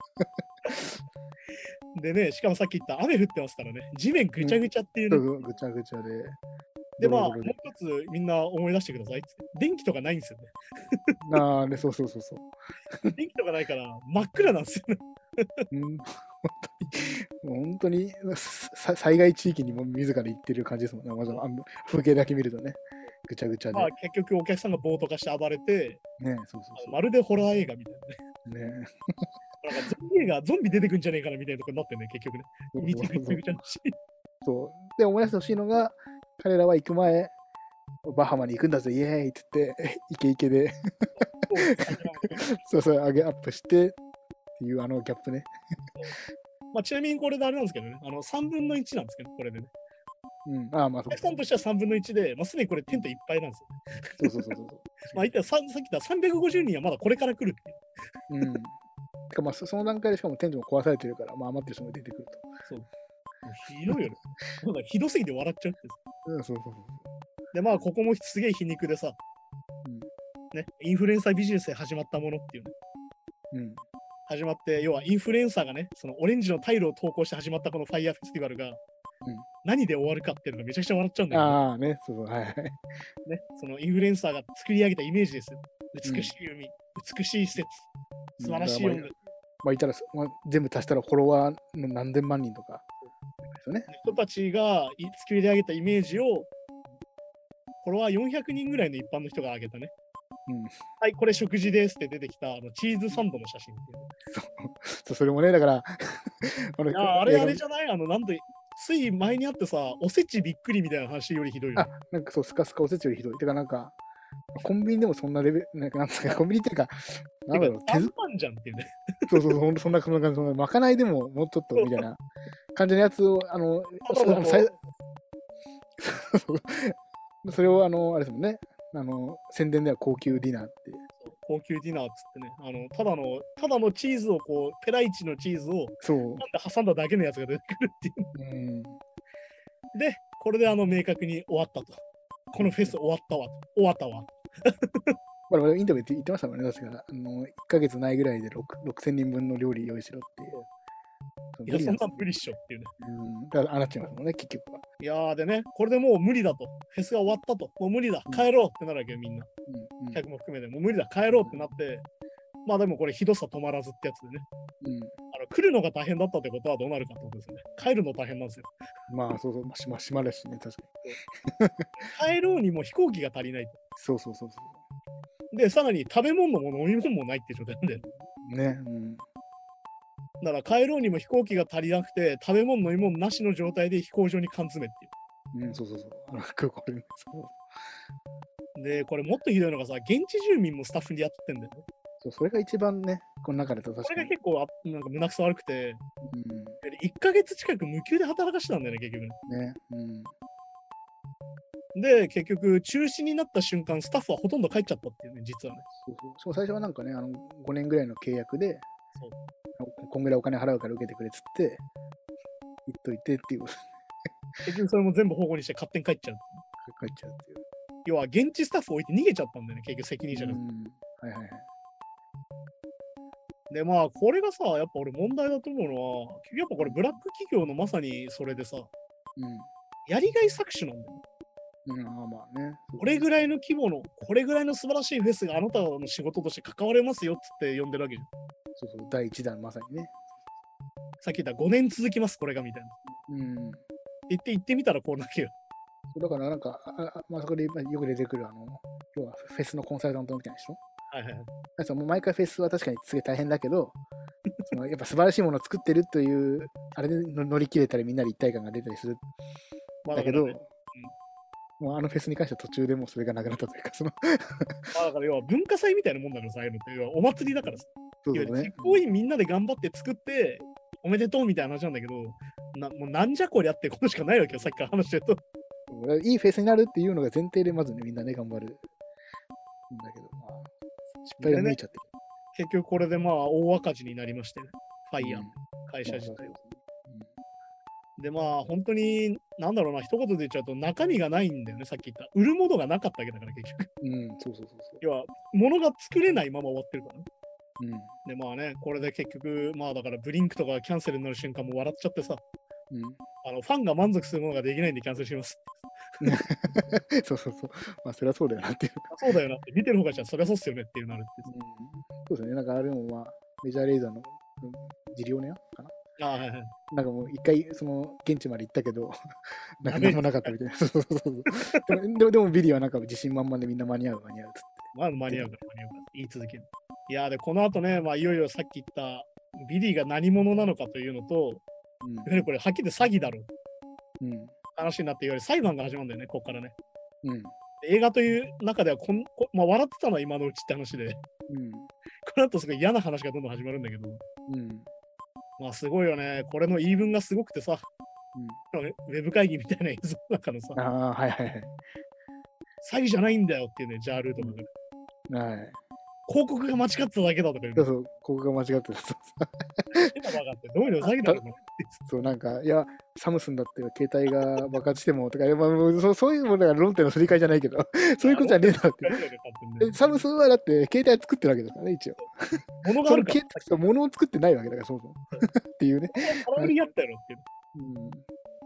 でね、しかもさっき言った雨降ってますからね、地面ぐちゃぐちゃっていうね。 うん、ぐちゃぐちゃで。 で、まあ、もう一つみんな思い出してくださいって。電気とかないんですよね。 ああ、ね、そうそうそうそう。 電気とかないから真っ暗なんですよね。 うん、本当に、本当に災害地域にも自ら行ってる感じですもんね。まずあの風景だけ見るとね、ぐちゃぐちゃで。 まあ、結局お客さんが暴徒化して暴れて、 ね、そうそうそう。 まるでホラー映画みたいなね。ねなんかゾンビ映画、ゾンビ出てくんじゃねえかなみたいなとこになってね、結局ね。見てぐちゃぐちゃだし。そう。 で、思い出してほしいのが、彼らは行く前、バハマに行くんだぜ、イエーイって言って、イケイケでそうそう、上げアップしてっていうあのギャップね。 まあ、ちなみにこれであれなんですけどね、あのさんぶんのいちなんですけど、これでね。 うん、ああ、まあ、 お客さんとしてはさんぶんのいちで、まあ、すでにこれテントいっぱいなんですよ。そうそうそうそう。まあ、言ったらさっき言ったさんびゃくごじゅうにんはまだこれから来るっていう。うん。てかまあ、その段階でしかもテントも壊されてるから、まあ、余ってる人も出てくると。 そう。ひどいよね。なんかひどすぎて笑っちゃうって。 うん、そうそうそう。 で、まあ、ここもすげえ皮肉でさ、うん、ね、インフルエンサービジネスで始まったものっていうね。うん。始まって、要はインフルエンサーがね、そのオレンジのタイルを投稿して始まったこのファイヤーフェスティバルが、 うん、 何で終わるかっていうのがめちゃくちゃ笑っちゃうんだけど。 ああね、そうそう、はいはい。 ね、そのインフルエンサーが作り上げたイメージですよ。美しい海、うん、美しい施設、素晴らしい音楽。 まあ、いたら、まあ、全部足したらフォロワー何千万人とか。 ですね、人たちが作り上げたイメージを、フォロワーよんひゃくにんぐらいの一般の人が上げたね。うん、はい、これ食事ですって出てきたあのチーズサンドの写真っていう、ね。 そう、それもね、だから、 あれあれあれじゃないあの、なんと、つい前にあってさ、おせちびっくりみたいな話よりひどいよ、ね。 あ、なんかそう、スカスカおせちよりひどい。てか、なんか、コンビニでもそんなレベル、なんか、なんですか、コンビニっていうか、 なんだろう、手ずパンじゃんっていうね。そうそうそう、そんな感じ、そんなまかないでももうちょっとみたいな感じのやつを、あの、それを、あの、あれですもんね、あの、宣伝では高級ディナーって。 高級ディナーっつってね、あの、ただの、ただのチーズをこう、ペライチのチーズを、 そう。 なんで挟んだだけのやつが出てくるっていう。うん、で、これであの、明確に終わったと。このフェス終わったわ。終わったわ。 これ、インタビューって言ってましたもんね、確か。あの、いっかげつないぐらいでろくせんにんぶんの料理用意しろっていう。 いや、そんなん無理っしょっていうね。 うん。だから、あなっちゃいますもんね、結局は。 いやーでね、これでもう無理だと。フェスが終わったと。もう無理だ。帰ろうってなるわけよ、みんな。うんうん、客も含めて、もう無理だ。帰ろうってなって、まあでもこれ、ひどさ止まらずってやつでね。うん、あの来るのが大変だったってことはどうなるかってことですよね。帰るの大変なんですよ。 まあ、そうそう、まあ、閉まるしね、確かに。帰ろうにも飛行機が足りないと。 そうそうそうそう。 で、さらに食べ物も飲み物もないって状態なんだよね。うん。 だから帰ろうにも飛行機が足りなくて、食べ物飲み物なしの状態で飛行場に缶詰っていう。 うん、そうそうそう。空港で。 で、これもっとひどいのがさ、現地住民もスタッフにやってんだよね。 そう、それが一番ね、この中でと確かに。これが結構あなんか胸くそ悪くて、うん、いっかげつ近く無給で働かしてたんだよね、結局ね。ね。うん、で、結局、中止になった瞬間、スタッフはほとんど帰っちゃったっていうね、実はね。 そうそう。しかも最初はなんかね、あのごねんぐらいの契約で、そうこんぐらいお金払うから受けてくれっつって、言っといてっていう。 結局それも全部保護にして勝手に帰っちゃう。 帰っちゃうっていう。 要は現地スタッフ置いて逃げちゃったんだよね、結局責任者が。 はいはいはい。 で、まあ、これがさ、やっぱ俺問題だと思うのは、やっぱこれブラック企業のまさにそれでさ、うん、やりがい搾取なんだよ。 うん、あまあね。 これぐらいの規模の、これぐらいの素晴らしいフェスがあなたの仕事として関われますよっつって呼んでるわけじゃん。 そうそう、だいいちだんまさにね。 さっき言ったごねん続きます、これがみたいな。うん。言って行ってみたらこうなきゃ。 だからなんか、あまあ、そこでよく出てくる、あの、要はフェスのコンサルタントみたいな人。はいはいはい。その毎回フェスは確かにすげえ大変だけど、そのやっぱ素晴らしいものを作ってるという、あれで乗り切れたりみんなで一体感が出たりする。だけど、ね、うん、もうあのフェスに関しては途中でもうそれがなくなったというか、そのまあだから要は文化祭みたいなもんだからさ、ああいうのって要はお祭りだからさ。そうだね。実行委員みんなで頑張って作って、おめでとうみたいな話なんだけど、なもうなんじゃこりゃってことしかないわけよ、さっきから話してると。 いいフェスになるっていうのが前提でまずね、みんなね、頑張る。んだけど、まあ、失敗が見えちゃってる、 ね。結局これでまあ大赤字になりましてね、ファイヤー、うん、会社自体は。うん、でまあ本当に、なんだろうな、一言で言っちゃうと中身がないんだよね、さっき言った。売るものがなかったわけだから結局。 うん、そうそうそうそう。 要は、物が作れないまま終わってるからね。うん、でまあね、これで結局、まあだからブリンクとかキャンセルになる瞬間も笑っちゃってさ、うん、あのファンが満足するものができないんでキャンセルします。 そうそうそう。まあそりゃそうだよなっていう。 そうだよなって、見てる方がじゃあそりゃそうっすよねっていうなるって、 うん。そうですね、なんかあれもまあ、メジャーレーザーのジリオネアかな。あはいはい。なんかもう一回その現地まで行ったけど、なんか何もなかったみたいな。そうそうそうでも。でもビリはなんか自信満々でみんな間に合う間に合うっつって。 まあ間に合うから間に合うから言い続ける。いやで、この後ね、まあいよいよさっき言ったビリーが何者なのかというのと、うん、やはりこれはっきり言って詐欺だろう。うん。話になっていわゆる裁判が始まるんだよね、ここからね。うん。映画という中ではこんこ、まあ、笑ってたのは今のうちって話で、うん、この後すごい嫌な話がどんどん始まるんだけど、うん、まあすごいよね。これの言い分がすごくてさ、うん、ウェブ会議みたいな映像の中のさ、 あはいはいはい。 詐欺じゃないんだよっていうね、ジャールーとかで、はい。広告が間違ってただけだとか言う。 そうそう、広告が間違ってた。 変なバカってどういうの詐欺だろうそう、なんか、いや、サムスンだって携帯が爆発してもとか、まあ、そうそういうものが論点のすり替えじゃないけど、そういうことじゃねえなって。サムスンはだって携帯作ってるわけだからね、一応。 物があるから。 物を作ってないわけだから、そうそう。っていうね。 絡み合ったやろっていう。 うん。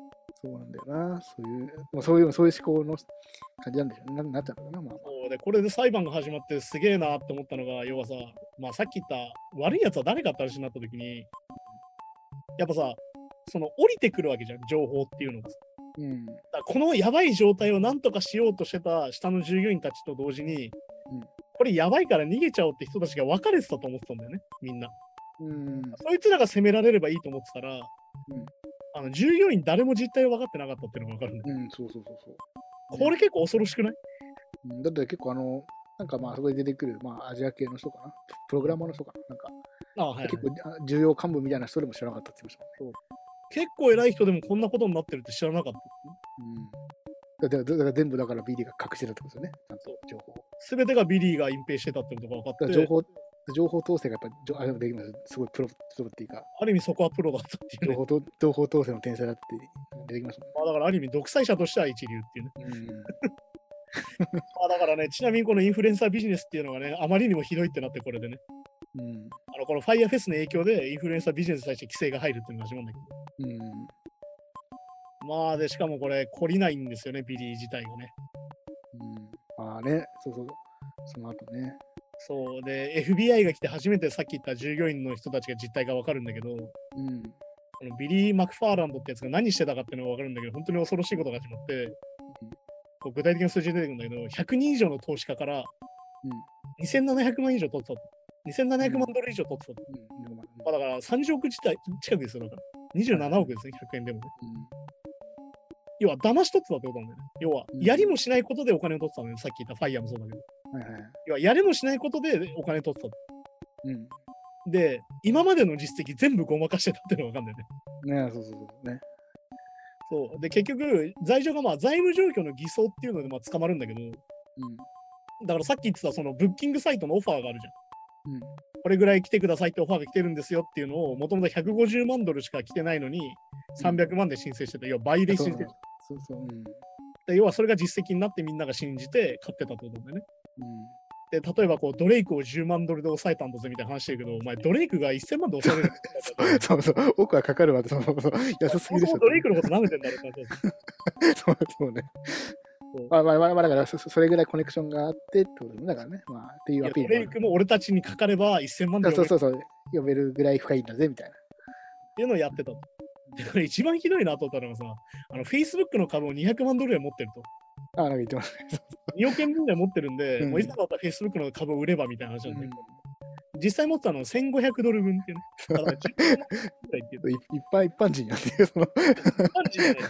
そうなんだよな。そういう、まあ、そういう、そういう思考の感じなんでしょうね。ななっちゃうのかな。まあ、まあ、 そうで、これで裁判が始まってすげえなって思ったのが、要はさ、まあさっき言った悪いやつは誰かって話になった時に、やっぱさ、その降りてくるわけじゃん、情報っていうのがさ。 うん。 だからこのやばい状態をなんとかしようとしてた下の従業員たちと同時に、 うん、 これやばいから逃げちゃおうって人たちが分かれてたと思ってたんだよね、みんな。 うん。 そいつらが責められればいいと思ってたら、 うん、 あの従業員誰も実態を分かってなかったっていうのが分かるんだよ。 うん、そうそうそうそう。 これ結構恐ろしくない？ うん、だって結構あの、なんかまあそこで出てくる、まあアジア系の人かな、プログラマーの人かな、なんか、 ああ、はいはい、 結構重要幹部みたいな人でも知らなかったって言ってましたもんね。 結構偉い人でもこんなことになってるって知らなかった。 うん。だからだから全部だからビリーが隠してたってことですよね、ちゃんと情報を。 すべてがビリーが隠蔽してたってことが分かって、 情報情報統制がやっぱりあれもできます。すごいプロ、プロっていうか、 ある意味そこはプロだったっていう、ね、 情報と情報統制の天才だって出てきますもんね。 まあだからある意味独裁者としては一流っていうね。うんまあだからね、ちなみにこのインフルエンサービジネスっていうのがね、あまりにもひどいってなってこれでね。うん、あのこのファイヤーフェスの影響でインフルエンサービジネスに対して規制が入るっていうのが始まるんだけど。うん、まあで、しかもこれ、懲りないんですよね、ビリー自体がね。 うん、まあね、そうそう、その後ね。 そうで、エフビーアイ が来て初めてさっき言った従業員の人たちが実態がわかるんだけど、うん、このビリー・マクファーランドってやつが何してたかっていうのがわかるんだけど、本当に恐ろしいことが始まって、うん、こう具体的な数字で出てくるんだけど、ひゃくにん以上の投資家から、うん、にせんななひゃくまん以上取ってたと。にせんななひゃくまんドル以上取ってたと。うんうん、まあ、だからさんじゅうおく近くですよ、だから。にじゅうななおくですね、ひゃくえんでもね。うん、要は、騙し取ってたってことなんだよね。要は、やりもしないことでお金を取ってたのよ。さっき言ったファイヤーもそうだけど。はいはい、要は、やりもしないことでお金取ってた。うん、で、今までの実績全部ごまかしてたっていうのが分かんないね。ね、そうそうそうね。そう。で、結局、罪状がまあ、財務状況の偽装っていうのでまあ捕まるんだけど、うん、だからさっき言ってたそのブッキングサイトのオファーがあるじゃん。うん、これぐらい来てくださいってオファーが来てるんですよっていうのを、もともとひゃくごじゅうまんドルしか来てないのに、さんびゃくまんで申請してた。要は倍で申請してた。そうそう、うん、で要はそれが実績になってみんなが信じて買ってたってことだよね。うん、で例えばこうドレイクをじゅうまんドルで抑えたんだぜみたいな話してるけど、お前ドレイクがせんまんで抑えれるそうそう、奥はかかるわって、そうそうそう、安すぎでしょ。 ドレイクのこと舐めてんだろうってそうそうね。まあまあまあ、だからそ、それぐらいコネクションがあってってことだからね。まあ、っていうアピール。 ドレイクも俺たちにかかればせんまんでそうそうそう、呼べるぐらい深いんだぜみたいな。 っていうのをやってたと。で、これ一番ひどいなと思ったのがさ、あの、Facebook の株をにひゃくまんドルで持ってると。 ああ、なんか言ってますね。 におくえんぶんで持ってるんで、うん、もういざだったら Facebook の株を売ればみたいな話なんだけど、うん、実際持ってたのはせんごひゃくドルぶんっていうね。だからじゅうまんっていう一般一般人やっていう、その。一般人じゃない。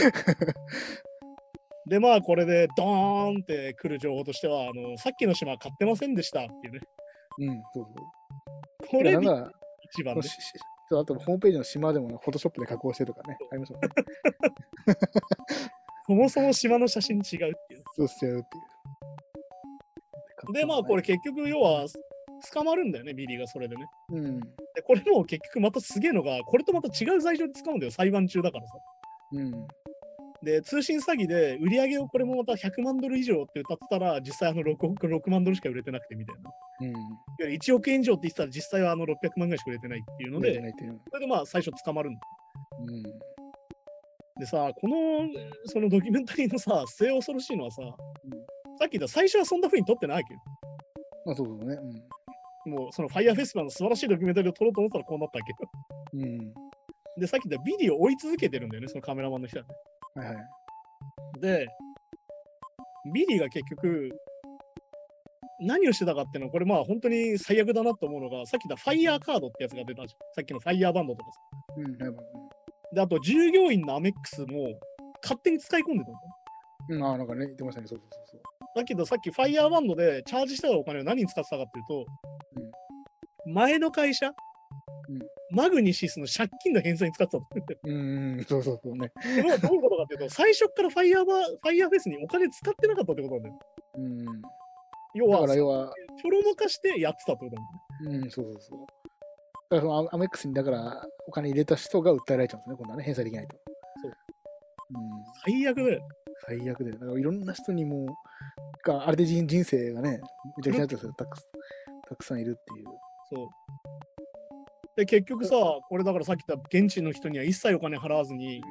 で、まあ、これでドーンって来る情報としては、あの、さっきの島買ってませんでしたっていうね。 うん、そうそう。 これが一番ね。 あと、ホームページの島でも、フォトショップで加工してとかね、ありますもんね。 そもそも島の写真違うっていう。 そうっすよっていう。 で、まあ、これ結局、要は、捕まるんだよね、ビリーがそれでね。うん。で、これも結局またすげえのが、これとまた違う罪状で使うんだよ、裁判中だからさ。うん。で、通信詐欺で売り上げをこれもまたひゃくまんドル以上って歌ってたら、実際あの 6, 6万ドルしか売れてなくてみたいな。うん、いちおくえん以上って言ってたら、実際はあのろっぴゃくまんぐらいしか売れてないっていうので、それでまあ最初捕まるんだ。うん、でさ、このそのドキュメンタリーのさ、末恐ろしいのはさ、うん、さっき言った最初はそんな風に撮ってないわけよ。 まあそうそうね。 うん、もうそのファイヤーフェスティバルの素晴らしいドキュメンタリーを撮ろうと思ったらこうなったわけよ。うん、で、さっき言ったビデオを追い続けてるんだよね、そのカメラマンの人はね。はいはい、で、ビリーが結局、何をしてたかっていうのは、これまあ本当に最悪だなと思うのが、さっき言ったファイヤーカードってやつが出たじゃん。さっきのファイヤーバンドとかさ。うん、で、あと従業員のアメックスも勝手に使い込んでたんだよ。 うん、ああ、なんかね、言ってましたね、そうそうそう。 だけどさっきファイヤーバンドでチャージしてたお金を何に使ってたかっていうと、うん、前の会社、うんマグニシスの借金の返済に使ってたと。 うん、そうそうそうね。 それはどういうことかっていうと、最初からファイヤーバー、ファイヤーフェスにお金使ってなかったってことなんだよ。うん。要は、だから要は、ちょろまかしてやってたってことなんだよ。うん、そうそうそう。だからそのアメックスにだからお金入れた人が訴えられちゃうんですね、今度はね、返済できないと。そう。 うん、最悪だよ。 最悪だよ。だからいろんな人にも、あれで人人生がね、めちゃくちゃになってる人がたくたくさんいるっていう。 そう。で、結局さ、これだからさっき言った現地の人には一切お金払わずに、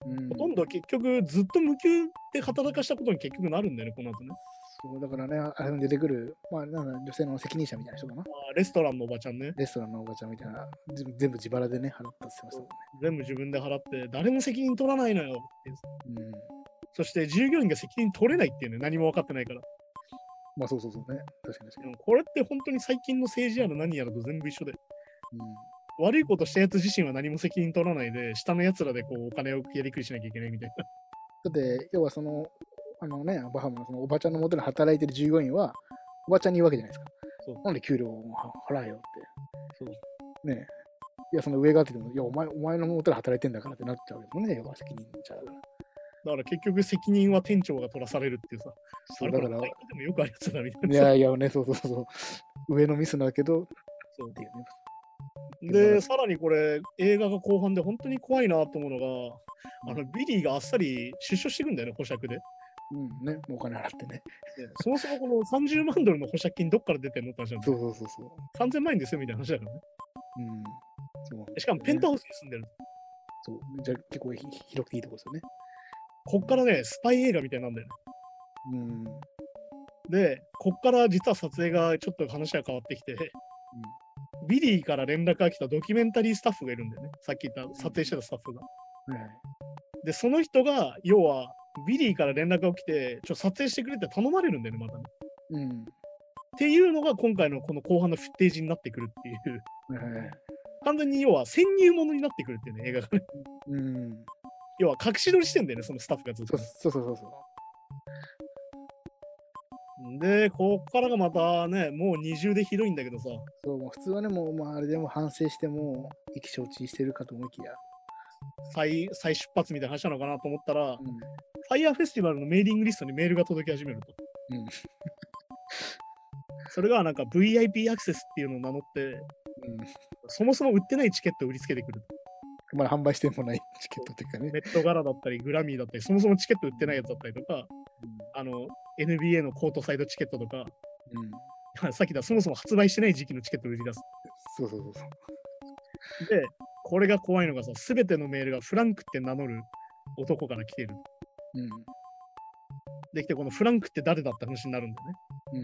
うん、ほとんど結局ずっと無給で働かしたことに結局なるんだよね、この後ね。 そうだからね、あれに出てくる、まあ、なんだ女性の責任者みたいな人かな。 あレストランのおばちゃんね。 レストランのおばちゃんみたいな、全部自腹でね、払ったって言ってましたもんね。 全部自分で払って、誰も責任取らないのよって。うん、そして従業員が責任取れないっていうね、何も分かってないから。 まあそうそうそうね。確かに確かに。 これって本当に最近の政治やら何やらと全部一緒で。うん、悪いことしたやつ自身は何も責任取らないで、下のやつらでこうお金をやりくりしなきゃいけないみたいな。 だって、要はその、あのね、バハムのそのおばちゃんのもとで働いてる従業員は、おばちゃんに言うわけじゃないですか。そうなんで給料を払えよって。そうねいや、その上がってても、いや、お前、お前のもとで働いてんだからってなっちゃうけどね、要は責任者だから。 だから結局責任は店長が取らされるっていうさ。そうだから。でもよくあるやつだみたいな。 いやいやね、そうそうそう。上のミスだけど、そうっていうね。で、さらにこれ、映画が後半で本当に怖いなと思うのが、あのビリーがあっさり出所してくんだよね、保釈で。 うんね、もうお金払ってね。 そもそもこのさんじゅうまんドルの保釈金どっから出てんのって話なんだよ。そうそうそうそう。 さんぜんまん円ですよみたいな話だからね。うん。そうね、しかもペンタハウスに住んでる。 そう。じゃあ結構広くていいとこですよね。 こっからね、スパイ映画みたいなんだよね。うん。で、こっから実は撮影がちょっと話が変わってきて、うん、ビリーから連絡が来たドキュメンタリースタッフがいるんだよね。さっき言った撮影してたスタッフが。うん、で、その人が、要は、ビリーから連絡が来て、ちょっと撮影してくれって頼まれるんだよね、またね。うん。っていうのが今回のこの後半のフッテージになってくるっていう。うん、完全に要は潜入ものになってくるっていうね、映画がね。うん。要は隠し撮りしてんだよね、そのスタッフがずっと。そうそうそうそう。で、こっからがまたね、もう二重でひどいんだけどさ。 そう、もう普通はね、もう、まあ、あれでも反省しても、意気承知してるかと思いきや。 再, 再出発みたいな話なのかなと思ったら、うん、ファイヤーフェスティバルのメーリングリストにメールが届き始めると。うん、それがなんか ブイアイピー アクセスっていうのを名乗って、うん、そもそも売ってないチケットを売りつけてくる。 まだ販売してもないチケットっていうかね。 メットガラだったり、グラミーだったり、そもそもチケット売ってないやつだったりとか、うん、あの、エヌビーエー のコートサイドチケットとか、うん、さっきだ、そもそも発売してない時期のチケットを売り出す。 そうそうそうそう。 で、これが怖いのがさ、すべてのメールがフランクって名乗る男から来てる。うん。できて、このフランクって誰だって話になるんだよね。うん。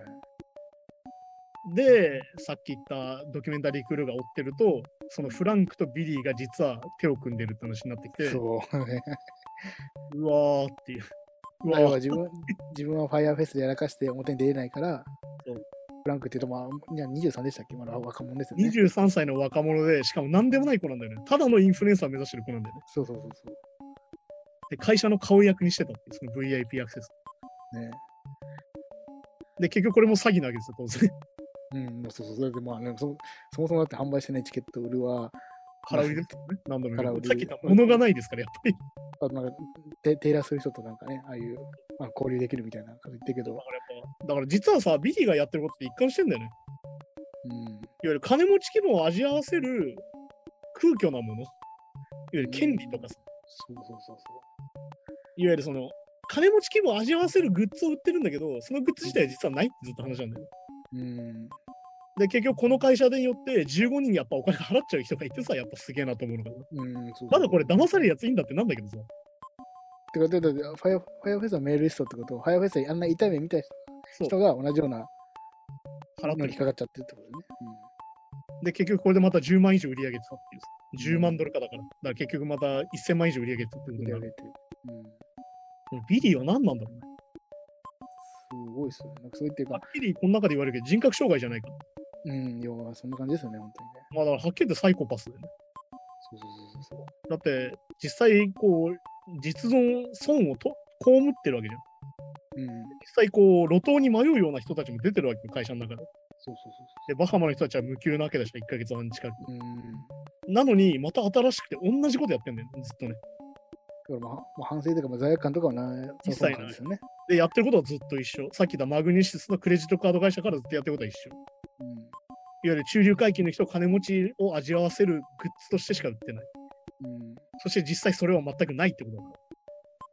うん、で、さっき言ったドキュメンタリークルーが追ってると、そのフランクとビリーが実は手を組んでるって話になってきて、そうね。うわーっていう。 うわー自分自分はファイヤーフェスでやらかして表に出れないから、そうフランクって言うと、まあ、にじゅうさんでしたっけまだ若者ですよね。 にじゅうさんさいの若者で、しかも何でもない子なんだよね。ただのインフルエンサー目指してる子なんだよね。 そうそうそうそう。 で、会社の顔役にしてたっていう、その ブイアイピー アクセス。ね。で、結局これも詐欺なわけですよ、当然。 うん、そうそう、それでまあ、ね、そ, そもそもだって販売してないチケット売るは、 空売りですよね。何度も言う。さっき言ったものがないですから、やっぱり。 あとなんかテ、テイラーする人となんかね、ああいう、まあ、交流できるみたいな感じ言ってるけど。 だからやっぱ、だから実はさ、ビリーがやってることって一貫してんだよね。うん。いわゆる金持ち気分を味合わせる空虚なもの。いわゆる権利とかさ。 そうそうそうそう。 いわゆるその、金持ち気分を味わわせるグッズを売ってるんだけど、そのグッズ自体は実はないってずっと話なんだよ。うん。で、結局この会社によってじゅうごにんやっぱお金払っちゃう人がいてさ、やっぱすげえなと思うのかな。うん、そうそうまだこれ騙されるやついいんだってなんだけどさ。 てか、だってファイアファイアフェスはメールリストってことは、ファイアフェスであんな痛い目見た人が同じような払って引っかかっちゃってるってことね。 うん、で、結局これでまたじゅうまん以上売り上げてたっていう。じゅうまんドルかだから。だから結局またせんまん以上売り上げてたってことになる。うん、ビリーは何なんだろうね。 すごいっすよね。なんかそう言っていうか。 ビリーこの中で言われるけど人格障害じゃないか。 うん、要はそんな感じですよね、本当にね。 まあだからはっきり言ってサイコパスだよね。 そうそうそうそう。 だって実際こう実存損をと被ってるわけじゃん。うん、実際こう路頭に迷うような人たちも出てるわけよ、会社の中で。そうそうそうでバハマの人たちは無給なわけだし、いっかげつはん近く。うんなのにまた新しくて同じことやってんだよ、ずっとね。 だからまあ、まあ、反省というか罪悪感とかはない。 一切ないですよね。で、やってることはずっと一緒。さっき言ったマグニシスのクレジットカード会社からずっとやってることは一緒。うん、いわゆる中流階級の人、金持ちを味わわせるグッズとしてしか売ってない。うん、そして実際それは全くないってことだから。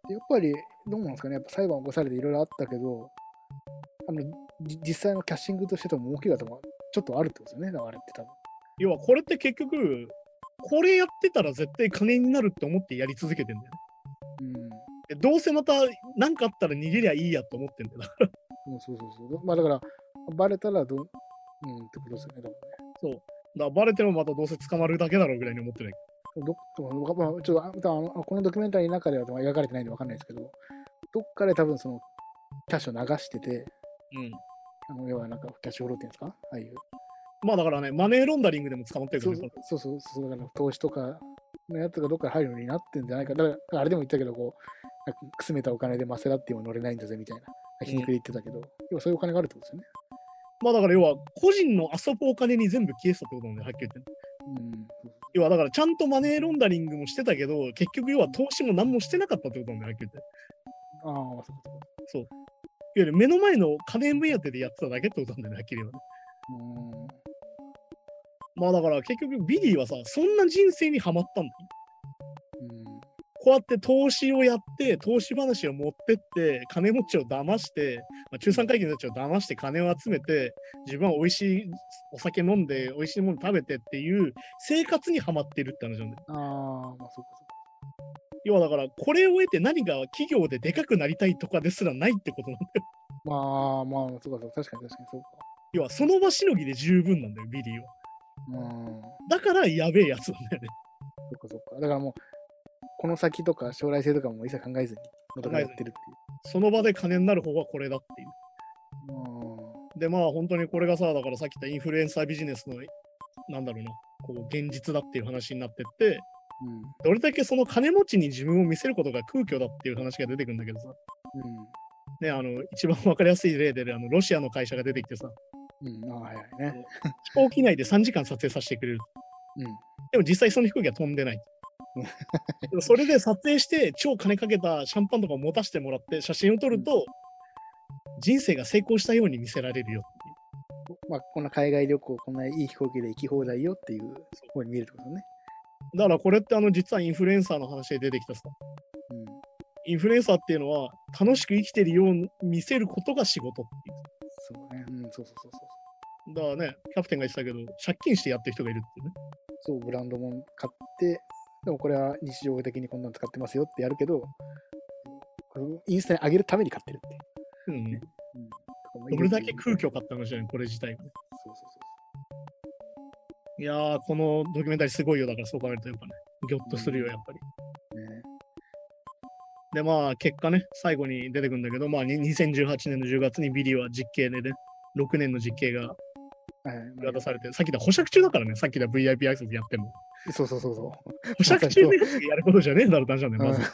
やっぱり、どうなんですかね、やっぱ裁判起こされていろいろあったけど、あの実際のキャッシングとしてとも儲けがちょっとあるってことですよね、だからあれって多分。 要はこれって結局、 これやってたら絶対金になるって思ってやり続けてんだよね。うん、でどうせまた何かあったら逃げりゃいいやと思ってんだよ。 そうそうそう。まあだから、バレたらどう、うんってことですよね、多分ね。 そう。だからバレてもまたどうせ捕まるだけだろうぐらいに思ってない。 どまあ、ちょっとあのこのドキュメンタリーの中では描かれてないんで分かんないですけど、どっかで多分そのキャッシュを流してて、うん、あの要はなんかキャッシュフローっていうんですか、ああいう。 まあだからね、マネーロンダリングでも捕まってるからね。そうそうそう、だから投資とかのやつがどっか入るようになってんじゃないか。だからあれでも言ったけど、こう、くすめたお金でマセラッティも乗れないんだぜみたいな、皮肉で言ってたけど、うん、要はそういうお金があるってことですよね。 まあだから要は個人の遊ぶお金に全部消えてたってことなんで、はっきり言って。うん、要はだからちゃんとマネーロンダリングもしてたけど、結局要は投資も何もしてなかったってことなんだよ、はっきり言って。ああ、そうそう。そう。いわゆる目の前の金目当てでやってただけってことなんだよね、はっきり言うと。うん。まあだから結局ビリーはさ、そんな人生にはまったんだよ。うん。こうやって投資をやって、投資話を持ってって、金持ちを騙して、まあ、中産階級の人たちを騙して金を集めて、自分は美味しいお酒飲んで、美味しいもの食べてっていう生活にはまってるって話なんだよ。 ああ、まあそうかそうか。 要はだから、これを得て何か企業ででかくなりたいとかですらないってことなんだよ。 まあまあ、そうかそうか、確かに確かにそうか。 要はその場しのぎで十分なんだよ、ビリーは。うん。だからやべえやつなんだよね。 そっかそっか。だからもう、この先とか将来性とかも一切考えずに元からやってるっていう。 その場で金になる方はこれだっていう。うん、でまあ本当にこれがさ、だからさっき言ったインフルエンサービジネスのなんだろうな、こう現実だっていう話になってって、うん、どれだけその金持ちに自分を見せることが空虚だっていう話が出てくるんだけどさ、うん、ね、あの一番分かりやすい例であのロシアの会社が出てきてさ、うん、あはいはいね、飛行機内でさんじかん撮影させてくれる。うん、でも実際その飛行機は飛んでない。それで撮影して超金かけたシャンパンとかを持たせてもらって写真を撮ると、うん、人生が成功したように見せられるよっていう。 まあ、こんな海外旅行、こんないい飛行機で行き放題よっていう方に見えるってことね。 だからこれってあの実はインフルエンサーの話で出てきたさ、うん、インフルエンサーっていうのは楽しく生きてるように見せることが仕事っていう。 そうね。うん、そうそうそうそう。 だからね、キャプテンが言ってたけど、借金してやってる人がいるっていうね。 そう、ブランドも買って、でもこれは日常的にこんなの使ってますよってやるけど、インスタに上げるために買ってるっていう。うんね。 うん、どれだけ空虚かった話じゃない、これ自体がね。そうそうそう。いやー、このドキュメンタリーすごいよ。だからそう考えるとやっぱね、ギョッとするよ、やっぱり。うん、ね、で、まあ、結果ね、最後に出てくるんだけど、まあ、にせんじゅうはちねんのじゅうがつにビリーは実刑でね、ろくねんの実刑が渡されて、さっきだ保釈中だからね、さっきだ ブイアイピー アクセスやっても。 そうそうそうそう。 保釈中のやつがやることじゃねえんだろ、男子なんだよ、まず。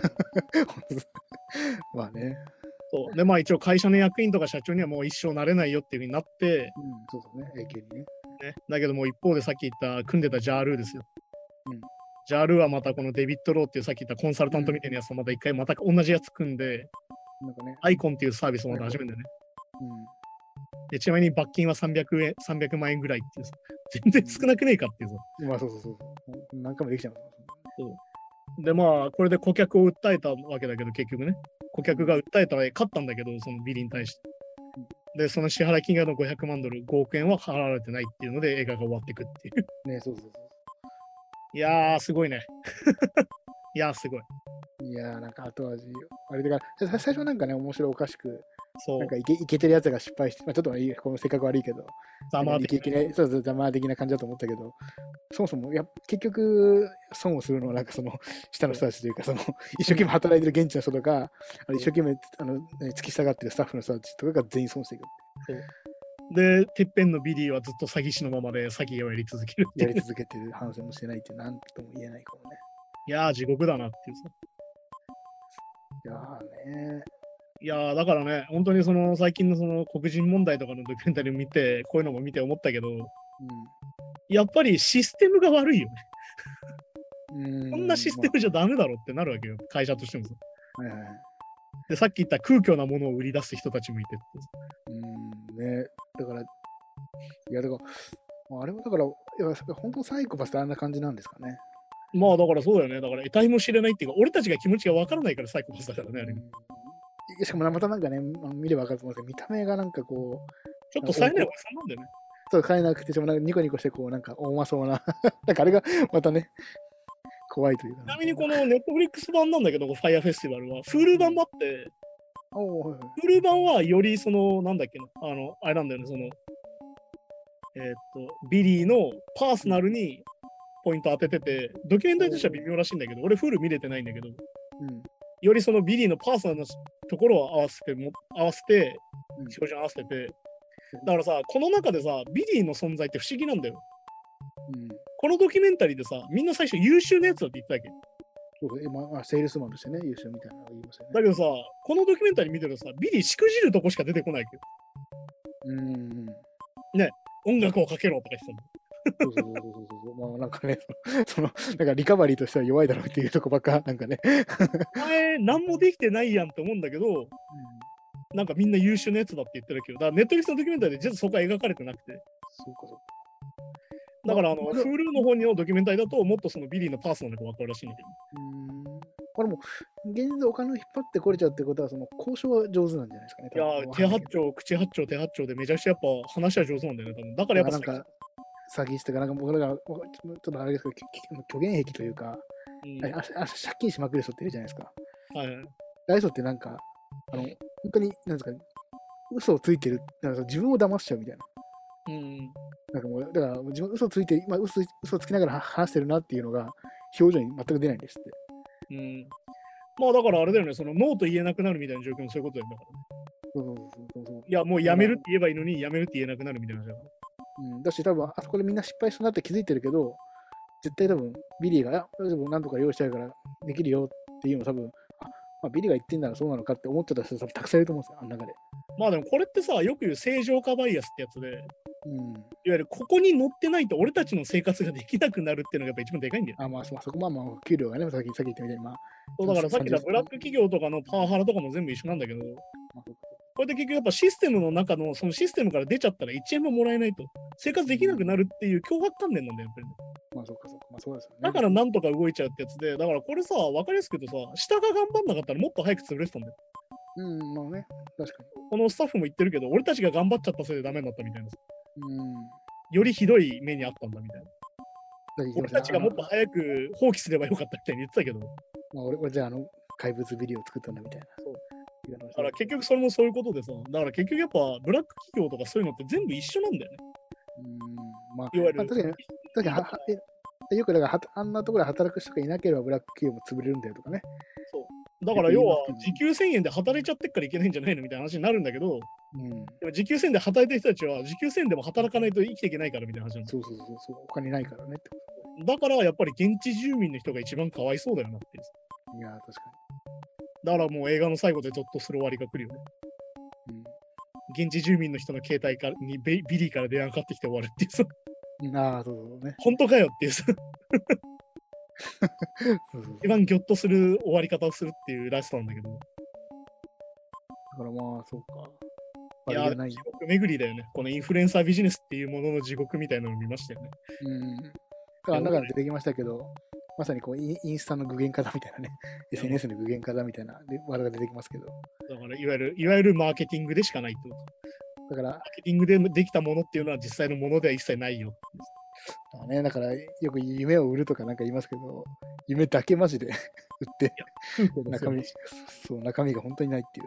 まあね。 そう。で、まあ一応会社の役員とか社長にはもう一生なれないよっていうふうになって、 うん、そうだね、永久にね。 ね。だけども一方でさっき言った組んでたジャールーですよ。うん。ジャールーはまたこのデビッド・ローっていうさっき言ったコンサルタントみたいなやつとまた一回また同じやつ組んで、なんかね、アイコンっていうサービスをまた始めるんだよね。うんでちなみに罰金はさんびゃくえん、さんびゃくまんえんぐらいっていうさ、全然少なくねえかっていうさ。 まあそうそうそう。何回もできちゃう。 そうで、まあ、これで顧客を訴えたわけだけど、結局ね、顧客が訴えたら勝ったんだけど、そのビリに対して。で、その支払い金額のごひゃくまんドル、ごおくえんは払われてないっていうので、映画が終わっていくっていう。 ね、そうそうそう。 いやー、すごいね。いやー、すごい。 いやー、なんか後味、あれだから、最初なんかね、面白おかしく、 そうなんかいけいけてるやつが失敗して、まあ、ちょっといいこの性格悪いけど、 ざま的な、ね、そうそうざま的な感じだと思ったけど、そもそもや結局、損をするのは、なんかその下の人たちというか、その一生懸命働いてる現地の人とか、あの一生懸命あの突き下がってるスタッフの人たちとかが全員損していく。 そうで、てっぺんのビリーはずっと詐欺師のままで詐欺をやり続けるやり続けてる、反省もしてないって、なんとも言えないかもね。 いやー、地獄だなっていうさ。 いやーね。 いやーだからね、本当にその最近のその黒人問題とかのドキュメンタリーを見て、こういうのも見て思ったけど、うん、やっぱりシステムが悪いよね。うんこんなシステムじゃダメだろってなるわけよ、会社としてもさ。はいはい、で、さっき言った空虚なものを売り出す人たちもいてって。 うんね、だから、いやだから、あれはだから、いや本当サイコパスってあんな感じなんですかね。 まあだからそうだよね。だから得体も知れないっていうか、俺たちが気持ちが分からないからサイコパスだからね、あれ。 しかもまたなんかね、見れば分かると思うんですけど、見た目がなんかこう、 ちょっと冴えないおじさんなんだよね。 と買えなくて、ちょっとなんかニコニコして、こう、なんか、おうまそうな。なんかあれがまたね、怖いというか。 ちなみにこのネットフリックス版なんだけど、ファイアフェスティバルは、Hulu 版もあって、 おーはいはい、 Hulu 版はよりその、なんだっけな、あの、あれなんだよね、その、えーっと、ビリーのパーソナルにポイント当ててて、ドキュメンタリーとしては微妙らしいんだけど、俺 Hulu 見れてないんだけど、 うん、 よりそのビリーのパーソナルなところを合わせても、合わせて、 うん標準合わせてて、だからさ、この中でさ、ビリーの存在って不思議なんだよ。 うん。 このドキュメンタリーでさ、みんな最初優秀なやつだって言ってたわけ。 そうか、まあ、セールスマンとしてね、優秀みたいなの言いますよね。 だけどさ、このドキュメンタリー見てるとさ、ビリーしくじるとこしか出てこないけど。 うん。 ね、音楽をかけろとか言ってたの。 そうそうそうそうそう。まあなんかね、その、なんかリカバリーとしては弱いだろうっていうとこばっか、なんかね。 お前、何もできてないやんって思うんだけど、うん、なんかみんな優秀なやつだって言ってるけど、だからネットフリックスのドキュメンタリーで実はそこは描かれてなくて。 そうかそうか。 だから、あの、Hulu の方のドキュメンタリーだと、もっとそのビリーのパーソナルが分かるらしいんだけど。 うん。これも、現実お金を引っ張ってこれちゃうってことは、その交渉は上手なんじゃないですかね。 いや、手八丁、口八丁、手八丁でめちゃくちゃやっぱ話は上手なんだよね、多分。だからやっぱなんか、詐欺師とか、なんか僕らが、ちょっとあれですけど、虚言癖というか、うん、ああ借金しまくる人っているじゃないですか。はい。ああいう人ってなんか、あの、本当に、なんですか、嘘をついてる、なんか自分を騙しちゃうみたいな。うん。なんかもう、だから自分嘘ついて、まあ、嘘、嘘つきながら話してるなっていうのが、表情に全く出ないんですって。うん。 まあだからあれだよね、そのノーと言えなくなるみたいな状況もそういうことだよね。そうそうそうそう。いや、もうやめるって言えばいいのに、やめるって言えなくなるみたいな。 うん、だし、多分あそこでみんな失敗したなって気づいてるけど、絶対多分ビリーが、いや、でもなんとか用意しちゃうからできるよっていうの多分、あ、まあ、ビリーが言ってんならそうなのかって思ってた人多分たくさんいると思うんですよ、あの中で。まあでもこれってさ、よく言う正常化バイアスってやつで、うん、いわゆるここに乗ってないと俺たちの生活ができなくなるっていうのがやっぱ一番でかいんだよ。 あ、まあ、そこまあまあ、給料がね、さっきさっき言ったみたいに、まあ。 そうだからさっきのブラック企業とかのパワハラとかも全部一緒なんだけど、まあ、これで結局やっぱシステムの中のそのシステムから出ちゃったらいちえんももらえないと生活できなくなるっていう脅迫観念なんだよ、やっぱり、ね。まあそうかそうか。まあそうですよね。だからなんとか動いちゃうってやつで、だからこれさ、分かりやすく言うとさ、下が頑張んなかったらもっと早く潰れてたんだよ。うん、まあね、確かに。このスタッフも言ってるけど、俺たちが頑張っちゃったせいでダメになったみたいな。うん。よりひどい目にあったんだみたいな。俺たちがもっと早く放棄すればよかったみたいに言ってたけど。まあ俺はじゃああの怪物ビリを作ったんだみたいな。そう。だから結局それもそういうことでさ、だから結局やっぱブラック企業とかそういうのって全部一緒なんだよね。うん、まあ、いわゆる。まあ、確かに、確かによくだからあんなところで働く人がいなければブラック企業も潰れるんだよとかね。そう。だから要は時給せんえんで働いちゃってっからいけないんじゃないのみたいな話になるんだけど、うん、でも時給せんえんで働いてる人たちは時給せんえんでも働かないと生きていけないからみたいな話なんだ。そうそうそうそう、お金ないからねってこと。だからやっぱり現地住民の人が一番かわいそうだよなっていう。いや、確かに。だからもう映画の最後でゾッとする終わりが来るよね。うん、現地住民の人の携帯からにビリーから電話かかってきて終わるっていうさ。ああ、そうそうね。本当かよっていうさ。一番ギョッとする終わり方をするっていうラストなんだけど。だからまあ、そうか。いや、地獄巡りだよね。このインフルエンサービジネスっていうものの地獄みたいなのを見ましたよね。うん。あ、中で出てきましたけど、まさにこうインスタの具現化だみたいなね、エスエヌエス の具現化だみたいなワードが出てきますけど。だからいわゆる、いわゆるマーケティングでしかないってこと。だから、マーケティングでできたものっていうのは実際のものでは一切ないよ。だね、だからよく夢を売るとかなんか言いますけど、夢だけマジで売って中身、そう、中身が本当にないっていう。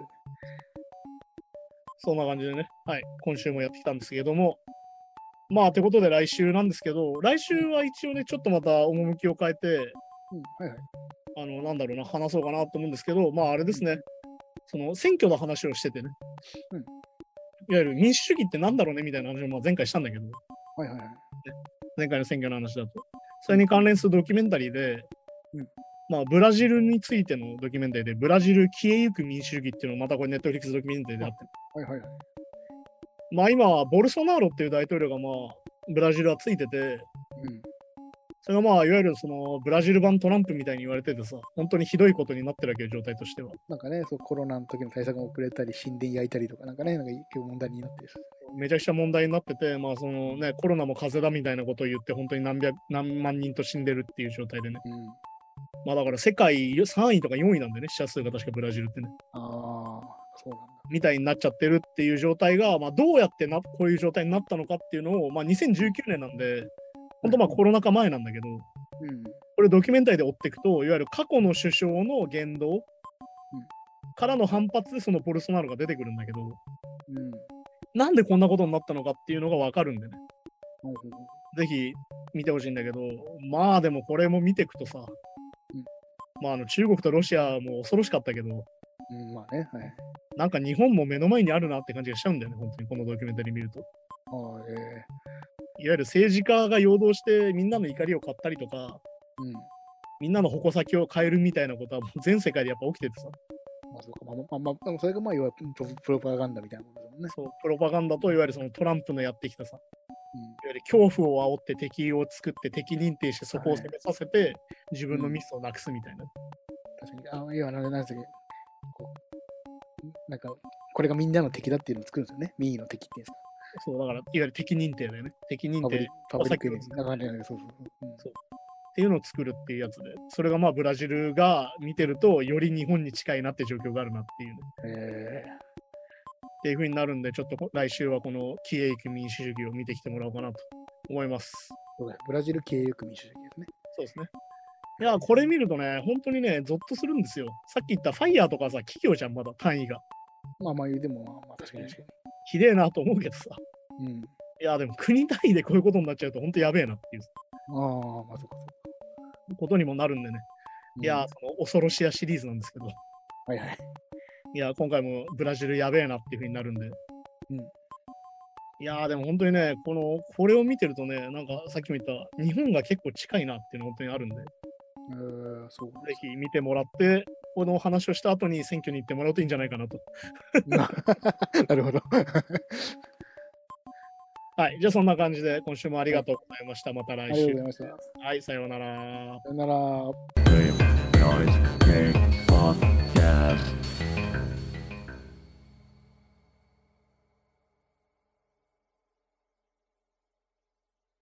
そんな感じでね、はい、今週もやってきたんですけども、まあ、ということで来週なんですけど、来週は一応ね、ちょっとまた趣を変えて、うん、はいはい。あの、なんだろうな、話そうかなと思うんですけど、まあ、あれですね、うん、その選挙の話をしててね、うん、いわゆる民主主義ってなんだろうねみたいな話をまあ前回したんだけど、はいはいはい。ね、前回の選挙の話だと。それに関連するドキュメンタリーで、うん、まあ、ブラジルについてのドキュメンタリーで、ブラジル消えゆく民主主義っていうのをまたこれネットフリックスドキュメンタリーであって。はいはいはい。まあ今、ボルソナロっていう大統領がまあ、ブラジルはついてて、うん、それがまあ、いわゆるそのブラジル版トランプみたいに言われててさ、本当にひどいことになってるわけよ、状態としては。なんかね、そうコロナの時の対策も遅れたり、神殿焼いたりとか、なんかね、なんか結構問題になってる。めちゃくちゃ問題になってて、まあそのね、コロナも風邪だみたいなことを言って、本当に何百、何万人と死んでるっていう状態でね。うん、まあだから世界さんいとかよんいなんでね、死者数が確かブラジルってね。ああ、そうなんだ。 みたいになっちゃってるっていう状態が、まあ、どうやってなこういう状態になったのかっていうのを、まあ、にせんじゅうきゅうねんなんで、本当まあコロナ禍前なんだけど、うん、これドキュメンタリーで追っていくと、いわゆる過去の首相の言動からの反発でそのボルソナロが出てくるんだけど、うん、なんでこんなことになったのかっていうのが分かるんでね。うん、ぜひ見てほしいんだけど、まあでもこれも見ていくとさ、うん、まああの中国とロシアも恐ろしかったけど、 うん、まあね、はい、 なんか日本も目の前にあるなって感じがしちゃうんだよね、本当にこのドキュメンタリー見ると。 あ、えー、いわゆる政治家が陽動してみんなの怒りを買ったりとか、うん、みんなの矛先を変えるみたいなことはもう全世界でやっぱ起きててさ。 まあそうか、まあまあまあ、それがまあいわゆるプロパガンダみたいなものだもんね。 そう、プロパガンダといわゆるそのトランプのやってきたさ、うん、いわゆる恐怖を煽って敵を作って敵認定してそこを攻めさせて、はい、自分のミスをなくすみたいな。うん、 確かに、あ、いや、なんですけど、なんか、これがみんなの敵だっていうのを作るんですよね。民意の敵っていうんですか。 そう、だから、いわゆる敵認定だよね。敵認定。 パブリックイメージ。なんかね、そうそう。 うん、そう。っていうのを作るっていうやつで、それがまあブラジルが見てると、より日本に近いなって状況があるなっていう、ね。えー、っていう風になるんで、ちょっと来週はこの消えゆく民主主義を見てきてもらおうかなと思います。 そうだ、ブラジル消えゆく民主主義ですね。 そうですね。いや、これ見るとね、本当にね、ゾッとするんですよ。さっき言ったファイヤーとかさ、企業じゃん、まだ単位が。 まあまあ、でも、まあ、まあ、確かに確かに。 ひでえなと思うけどさ。うん。いや、でも国単位でこういうことになっちゃうと、本当やべえなっていう。 ああ、まあ、そうか。 ことにもなるんでね。うん、いや、その恐ろしやシリーズなんですけど。 はいはい。 いや、今回もブラジルやべえなっていう風になるんで。うん。いや、でも本当にね、この、これを見てるとね、なんかさっきも言った、日本が結構近いなっていうのが本当にあるんで。 えー、そうぜひ見てもらって、この話をした後に選挙に行ってもらうといいんじゃないかなと。 なるほど。 はい、じゃあそんな感じで今週もありがとうございました。また来週。 ありがとうございました。 はい、さようなら。 さようなら。